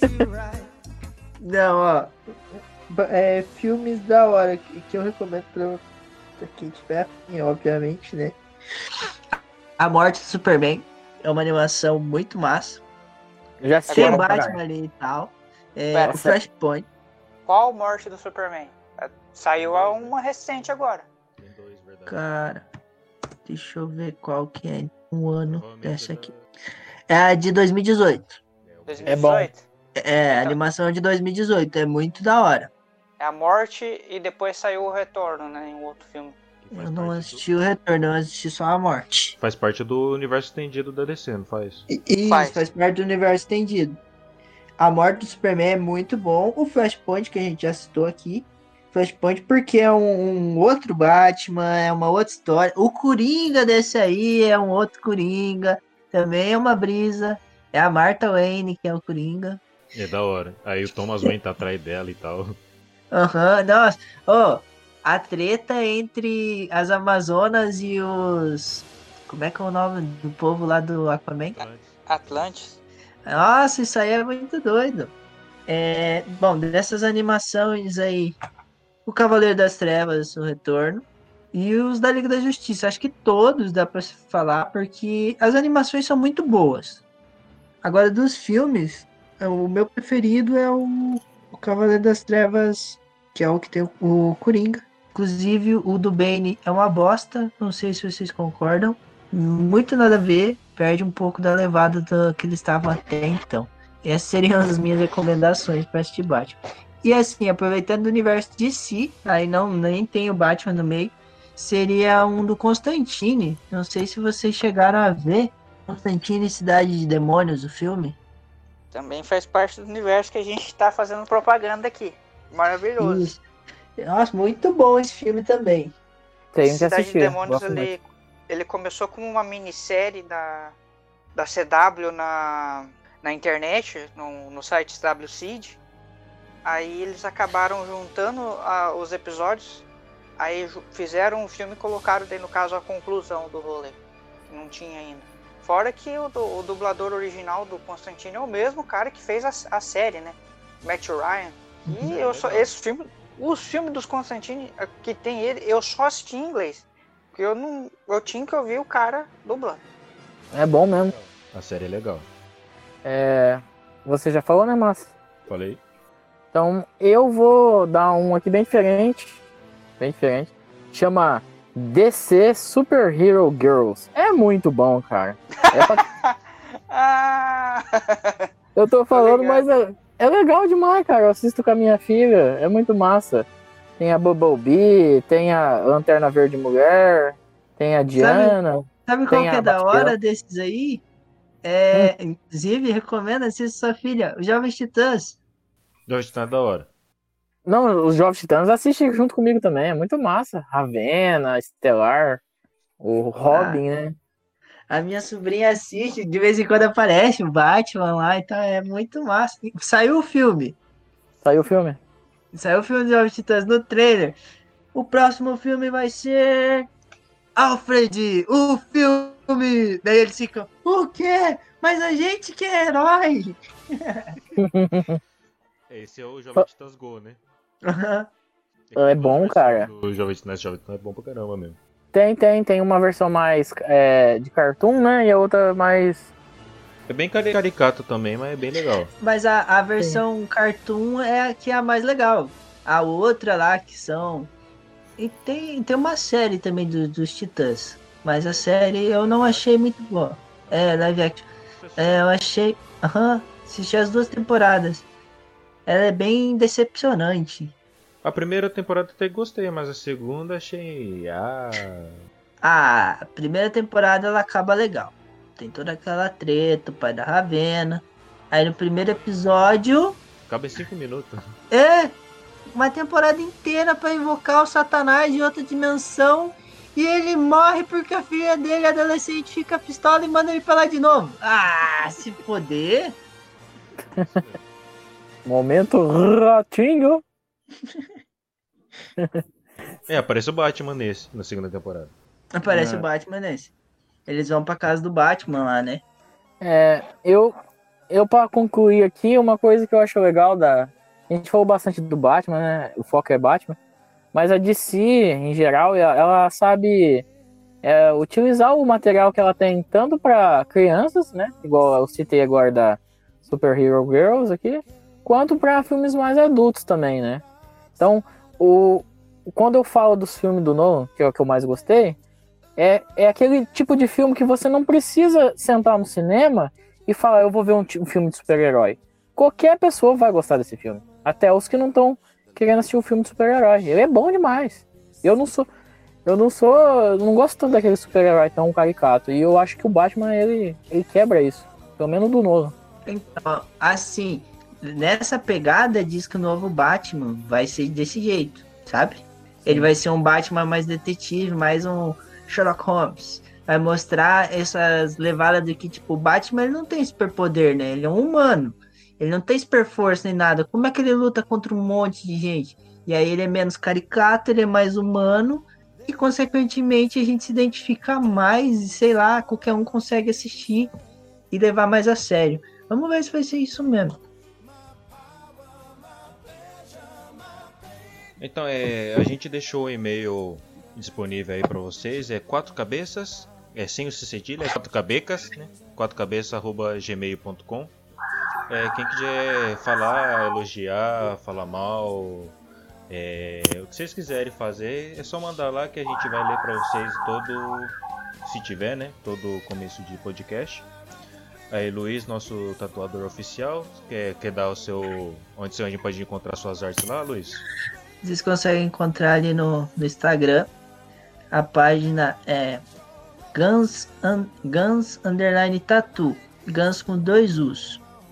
Não, ó. ba- É, filmes da hora que, que eu recomendo pra, pra quem tiver afim, obviamente, né?
A Morte do Superman é uma animação muito massa.
Já assisti.
Tem
Agora,
Batman
caralho.
ali e tal. É,
Pera,
o Flashpoint.
Qual morte do Superman? Saiu a uma recente agora.
Tem dois, verdade.
Cara, deixa eu ver qual que é um ano
Provavelmente
dessa
é
aqui.
da-
É a de dois mil e dezoito.
É bom.
dois mil e dezoito.
É, a
Então.
animação é de dois mil e dezoito. É muito da hora.
É a morte e depois saiu o retorno, né? Em um outro filme.
que faz
Eu não
parte
assisti o Retorno, eu assisti só a Morte.
do- Faz parte do universo estendido da D C, não faz?
E- Isso,
Faz.
faz. parte do universo estendido. A Morte do Superman é muito bom. O Flashpoint, que a gente já citou aqui. Flashpoint porque é um, um outro Batman, é uma outra história. O Coringa desse aí é um outro Coringa. Também é uma brisa. É a Martha Wayne que é o Coringa.
É da hora. Aí o Thomas Wayne tá atrás dela e tal.
Aham, nossa. Ô, a treta entre as Amazonas e os... Como é que é o nome do povo lá do Aquaman?
Atlantis.
Nossa, isso aí é muito doido. É, bom, dessas animações aí, o Cavaleiro das Trevas, o Retorno, e os da Liga da Justiça. Acho que todos dá pra se falar, porque as animações são muito boas. Agora, dos filmes, o meu preferido é o, o Cavaleiro das Trevas, que é o que tem o, o Coringa. Inclusive, o do Bane é uma bosta, não sei se vocês concordam. Muito nada a ver, perde um pouco da levada do que eles estavam até então. Essas seriam as minhas recomendações para assistir Batman. E assim, aproveitando o universo de si, aí não nem tem o Batman no meio, seria um do Constantine. Não sei se vocês chegaram a ver Constantine Cidade de Demônios, o filme.
Também faz parte do universo que a gente tá fazendo propaganda aqui. Maravilhoso.
Isso. Nossa, muito bom esse filme também.
Tenho que
Cidade
assistir.
de Demônios,
gosto muito.
ele, ele começou como uma minissérie da, da C W na, na internet, no, no site C W Seed. Aí eles acabaram juntando a, os episódios, aí ju- fizeram um filme e colocaram daí, no caso, a conclusão do rolê, que não tinha ainda. Fora que o, du- o dublador original do Constantine é o mesmo cara que fez a, a série, né? Matt Ryan. E eu só, esse filme, os filmes dos Constantine eh, que tem ele, eu só assisti em inglês. Porque eu não. Eu tinha que ouvir o cara dublando.
É bom mesmo.
A série é legal.
É, você já falou, né, Márcio?
Falei.
Então eu vou dar um aqui bem diferente. Bem diferente. Chama D C Super Hero Girls. É muito bom, cara. É pra-
Ah!
Eu tô falando,
ligado.
mas é, é legal demais, cara. Eu assisto com a minha filha. É muito massa. Tem a Bumblebee, tem a Lanterna Verde Mulher, tem a Diana.
Sabe qual
Tem
que
a
é da
Batgirl.
hora desses aí? É, inclusive, recomendo assistir sua filha, os Jovens Titãs.
Dois tá da hora.
Não, os Jovens Titãs assistem junto comigo também. É muito massa. Ravena, Estelar, o Robin, né?
A minha sobrinha assiste, de vez em quando aparece o Batman lá, então é muito massa. Saiu o filme.
Saiu o filme.
Saiu o filme dos Jovens Titãs no trailer. O próximo filme vai ser Alfred, o filme. Daí eles ficam, o quê? Mas a gente que é herói.
Esse é o Jovem Titãs Go, né?
É bom, cara.
O Jovem Titãs, Jovem Titãs é bom pra caramba mesmo.
Tem, tem, tem uma versão mais é, de cartoon, né? E a outra mais.
É bem cari- caricato também, mas é bem legal.
Mas a, a versão cartoon é a que é a mais legal. A outra lá que são. E tem, tem uma série também do- dos Titãs. Mas a série eu não achei muito boa. É, live action. É, eu achei. Aham, assisti as duas temporadas. Ela é bem decepcionante.
A primeira temporada até gostei, mas a segunda achei. Ah.
A primeira temporada ela acaba legal. Tem toda aquela treta, o pai da Ravena. Aí no primeiro episódio.
Acaba em cinco minutos.
É! Uma temporada inteira pra invocar o Satanás de outra dimensão. E ele morre porque a filha dele, adolescente, fica pistola e manda ele pra lá de novo. Ah, se poder.
Momento ratinho.
É, aparece o Batman nesse, na segunda temporada.
Aparece
É.
o Batman nesse. Eles vão pra casa do Batman lá, né?
É, eu, eu para concluir aqui, uma coisa que eu acho legal da. A gente falou bastante do Batman, né? O foco é Batman. Mas a D C, em geral, ela, ela sabe é, utilizar o material que ela tem tanto para crianças, né? Igual eu citei agora da Super Hero Girls aqui, quanto para filmes mais adultos também, né? Então, o, quando eu falo dos filmes do Nolan, que é o que eu mais gostei, é, é aquele tipo de filme que você não precisa sentar no cinema e falar, eu vou ver um, ti- um filme de super-herói. Qualquer pessoa vai gostar desse filme. Até os que não estão querendo assistir um filme de super-herói. Ele é bom demais. Eu não sou. Eu não sou. eu não gosto tanto daquele super-herói tão caricato. E eu acho que o Batman, ele, ele quebra isso. Pelo menos do Nolan.
Então, assim, nessa pegada diz que o novo Batman vai ser desse jeito, sabe? Ele vai ser um Batman mais detetive, mais um Sherlock Holmes. Vai mostrar essas levadas de que, tipo, o Batman ele não tem superpoder, né? Ele é um humano. Ele não tem super força nem nada. Como é que ele luta contra um monte de gente? E aí ele é menos caricato, ele é mais humano. E, consequentemente, a gente se identifica mais. E, sei lá, qualquer um consegue assistir e levar mais a sério. Vamos ver se vai ser isso mesmo.
Então, é, a gente deixou o e-mail disponível aí pra vocês. É quatro cabeças, é sem o C cedilha, é quatro cabecas, né? quatro cabeças arroba gmail ponto com. É, quem quiser falar, elogiar, falar mal, é, o que vocês quiserem fazer, é só mandar lá que a gente vai ler pra vocês todo, se tiver, né? Todo começo de podcast. Aí, Luiz, nosso tatuador oficial, quer, quer dar o seu. Onde a gente pode encontrar suas artes lá, Luiz?
Vocês conseguem encontrar ali no, no Instagram. A página é Guns, un, Guns Underline Tattoo. Guns com dois U's.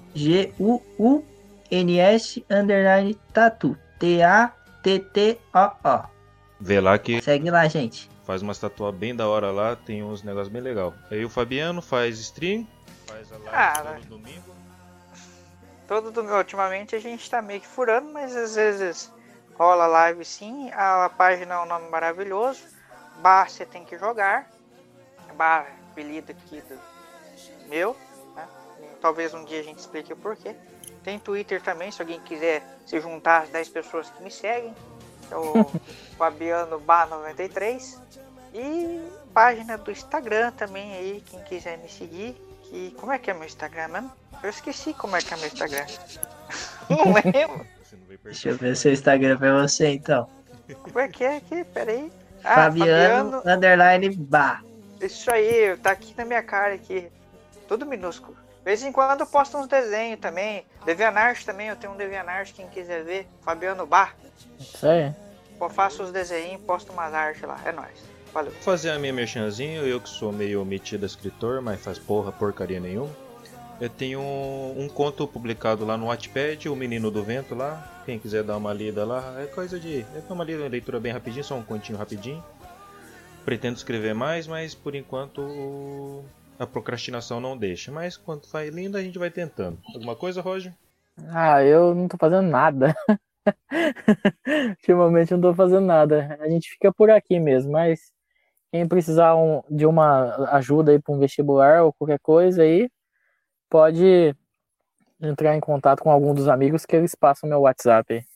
G U U N S underline tatu. T A T T O O.
Vê lá que
Segue lá, gente.
faz umas tatuagens bem da hora lá, tem uns negócios bem legal. Aí o Fabiano faz stream, faz a live
Ah,
todo
né?
domingo.
Todo domingo, ultimamente a gente tá meio que furando, mas às vezes rola live sim. A, a página é um nome maravilhoso. Bar você tem que jogar. Bar, apelido aqui do meu, né? Talvez um dia a gente explique o porquê. Tem Twitter também, se alguém quiser se juntar às dez pessoas que me seguem. É o Fabiano Bar noventa e três. E página do Instagram também aí, quem quiser me seguir. Que, como é que é meu Instagram mesmo? Eu esqueci como é que é meu Instagram. Não lembro.
Você não veio
Deixa eu ver seu Instagram pra você, então.
Como é que é aqui? Pera aí. Ah,
Fabiano,
Fabiano.
underline bar.
Isso aí, tá aqui na minha cara aqui. Tudo minúsculo. De vez em quando eu posto uns desenhos também. DeviantArt também, eu tenho um DeviantArt, quem quiser ver. Fabiano Bar.
Isso aí.
Eu faço os desenhos, posto umas artes lá. É nóis. Valeu.
Vou fazer a minha merchanzinho, eu que sou meio metido escritor, mas faz porra, porcaria nenhuma. Eu tenho um, um conto publicado lá no Wattpad, O Menino do Vento lá. Quem quiser dar uma lida lá, é coisa de... É uma lida, leitura bem rapidinho, só um continho rapidinho. Pretendo escrever mais, mas por enquanto a procrastinação não deixa. Mas quando vai lindo a gente vai tentando. Alguma coisa, Roger?
Ah, eu não tô fazendo nada. Ultimamente eu não tô fazendo nada. A gente fica por aqui mesmo, mas quem precisar um- de uma ajuda aí para um vestibular ou qualquer coisa aí, pode entrar em contato com algum dos amigos que eles passam meu WhatsApp aí.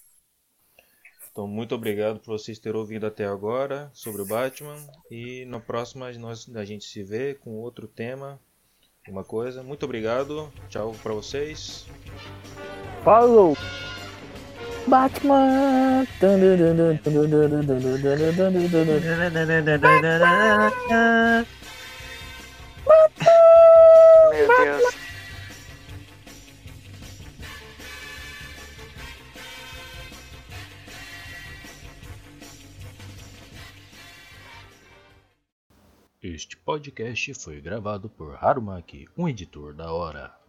Então, muito obrigado por vocês terem ouvido até agora sobre o Batman. E na próxima nós, a gente se vê com outro tema, uma coisa. Muito obrigado. Tchau pra vocês.
Falou! Batman!
Meu Deus.
Este podcast foi gravado por Harumaki, um editor da hora.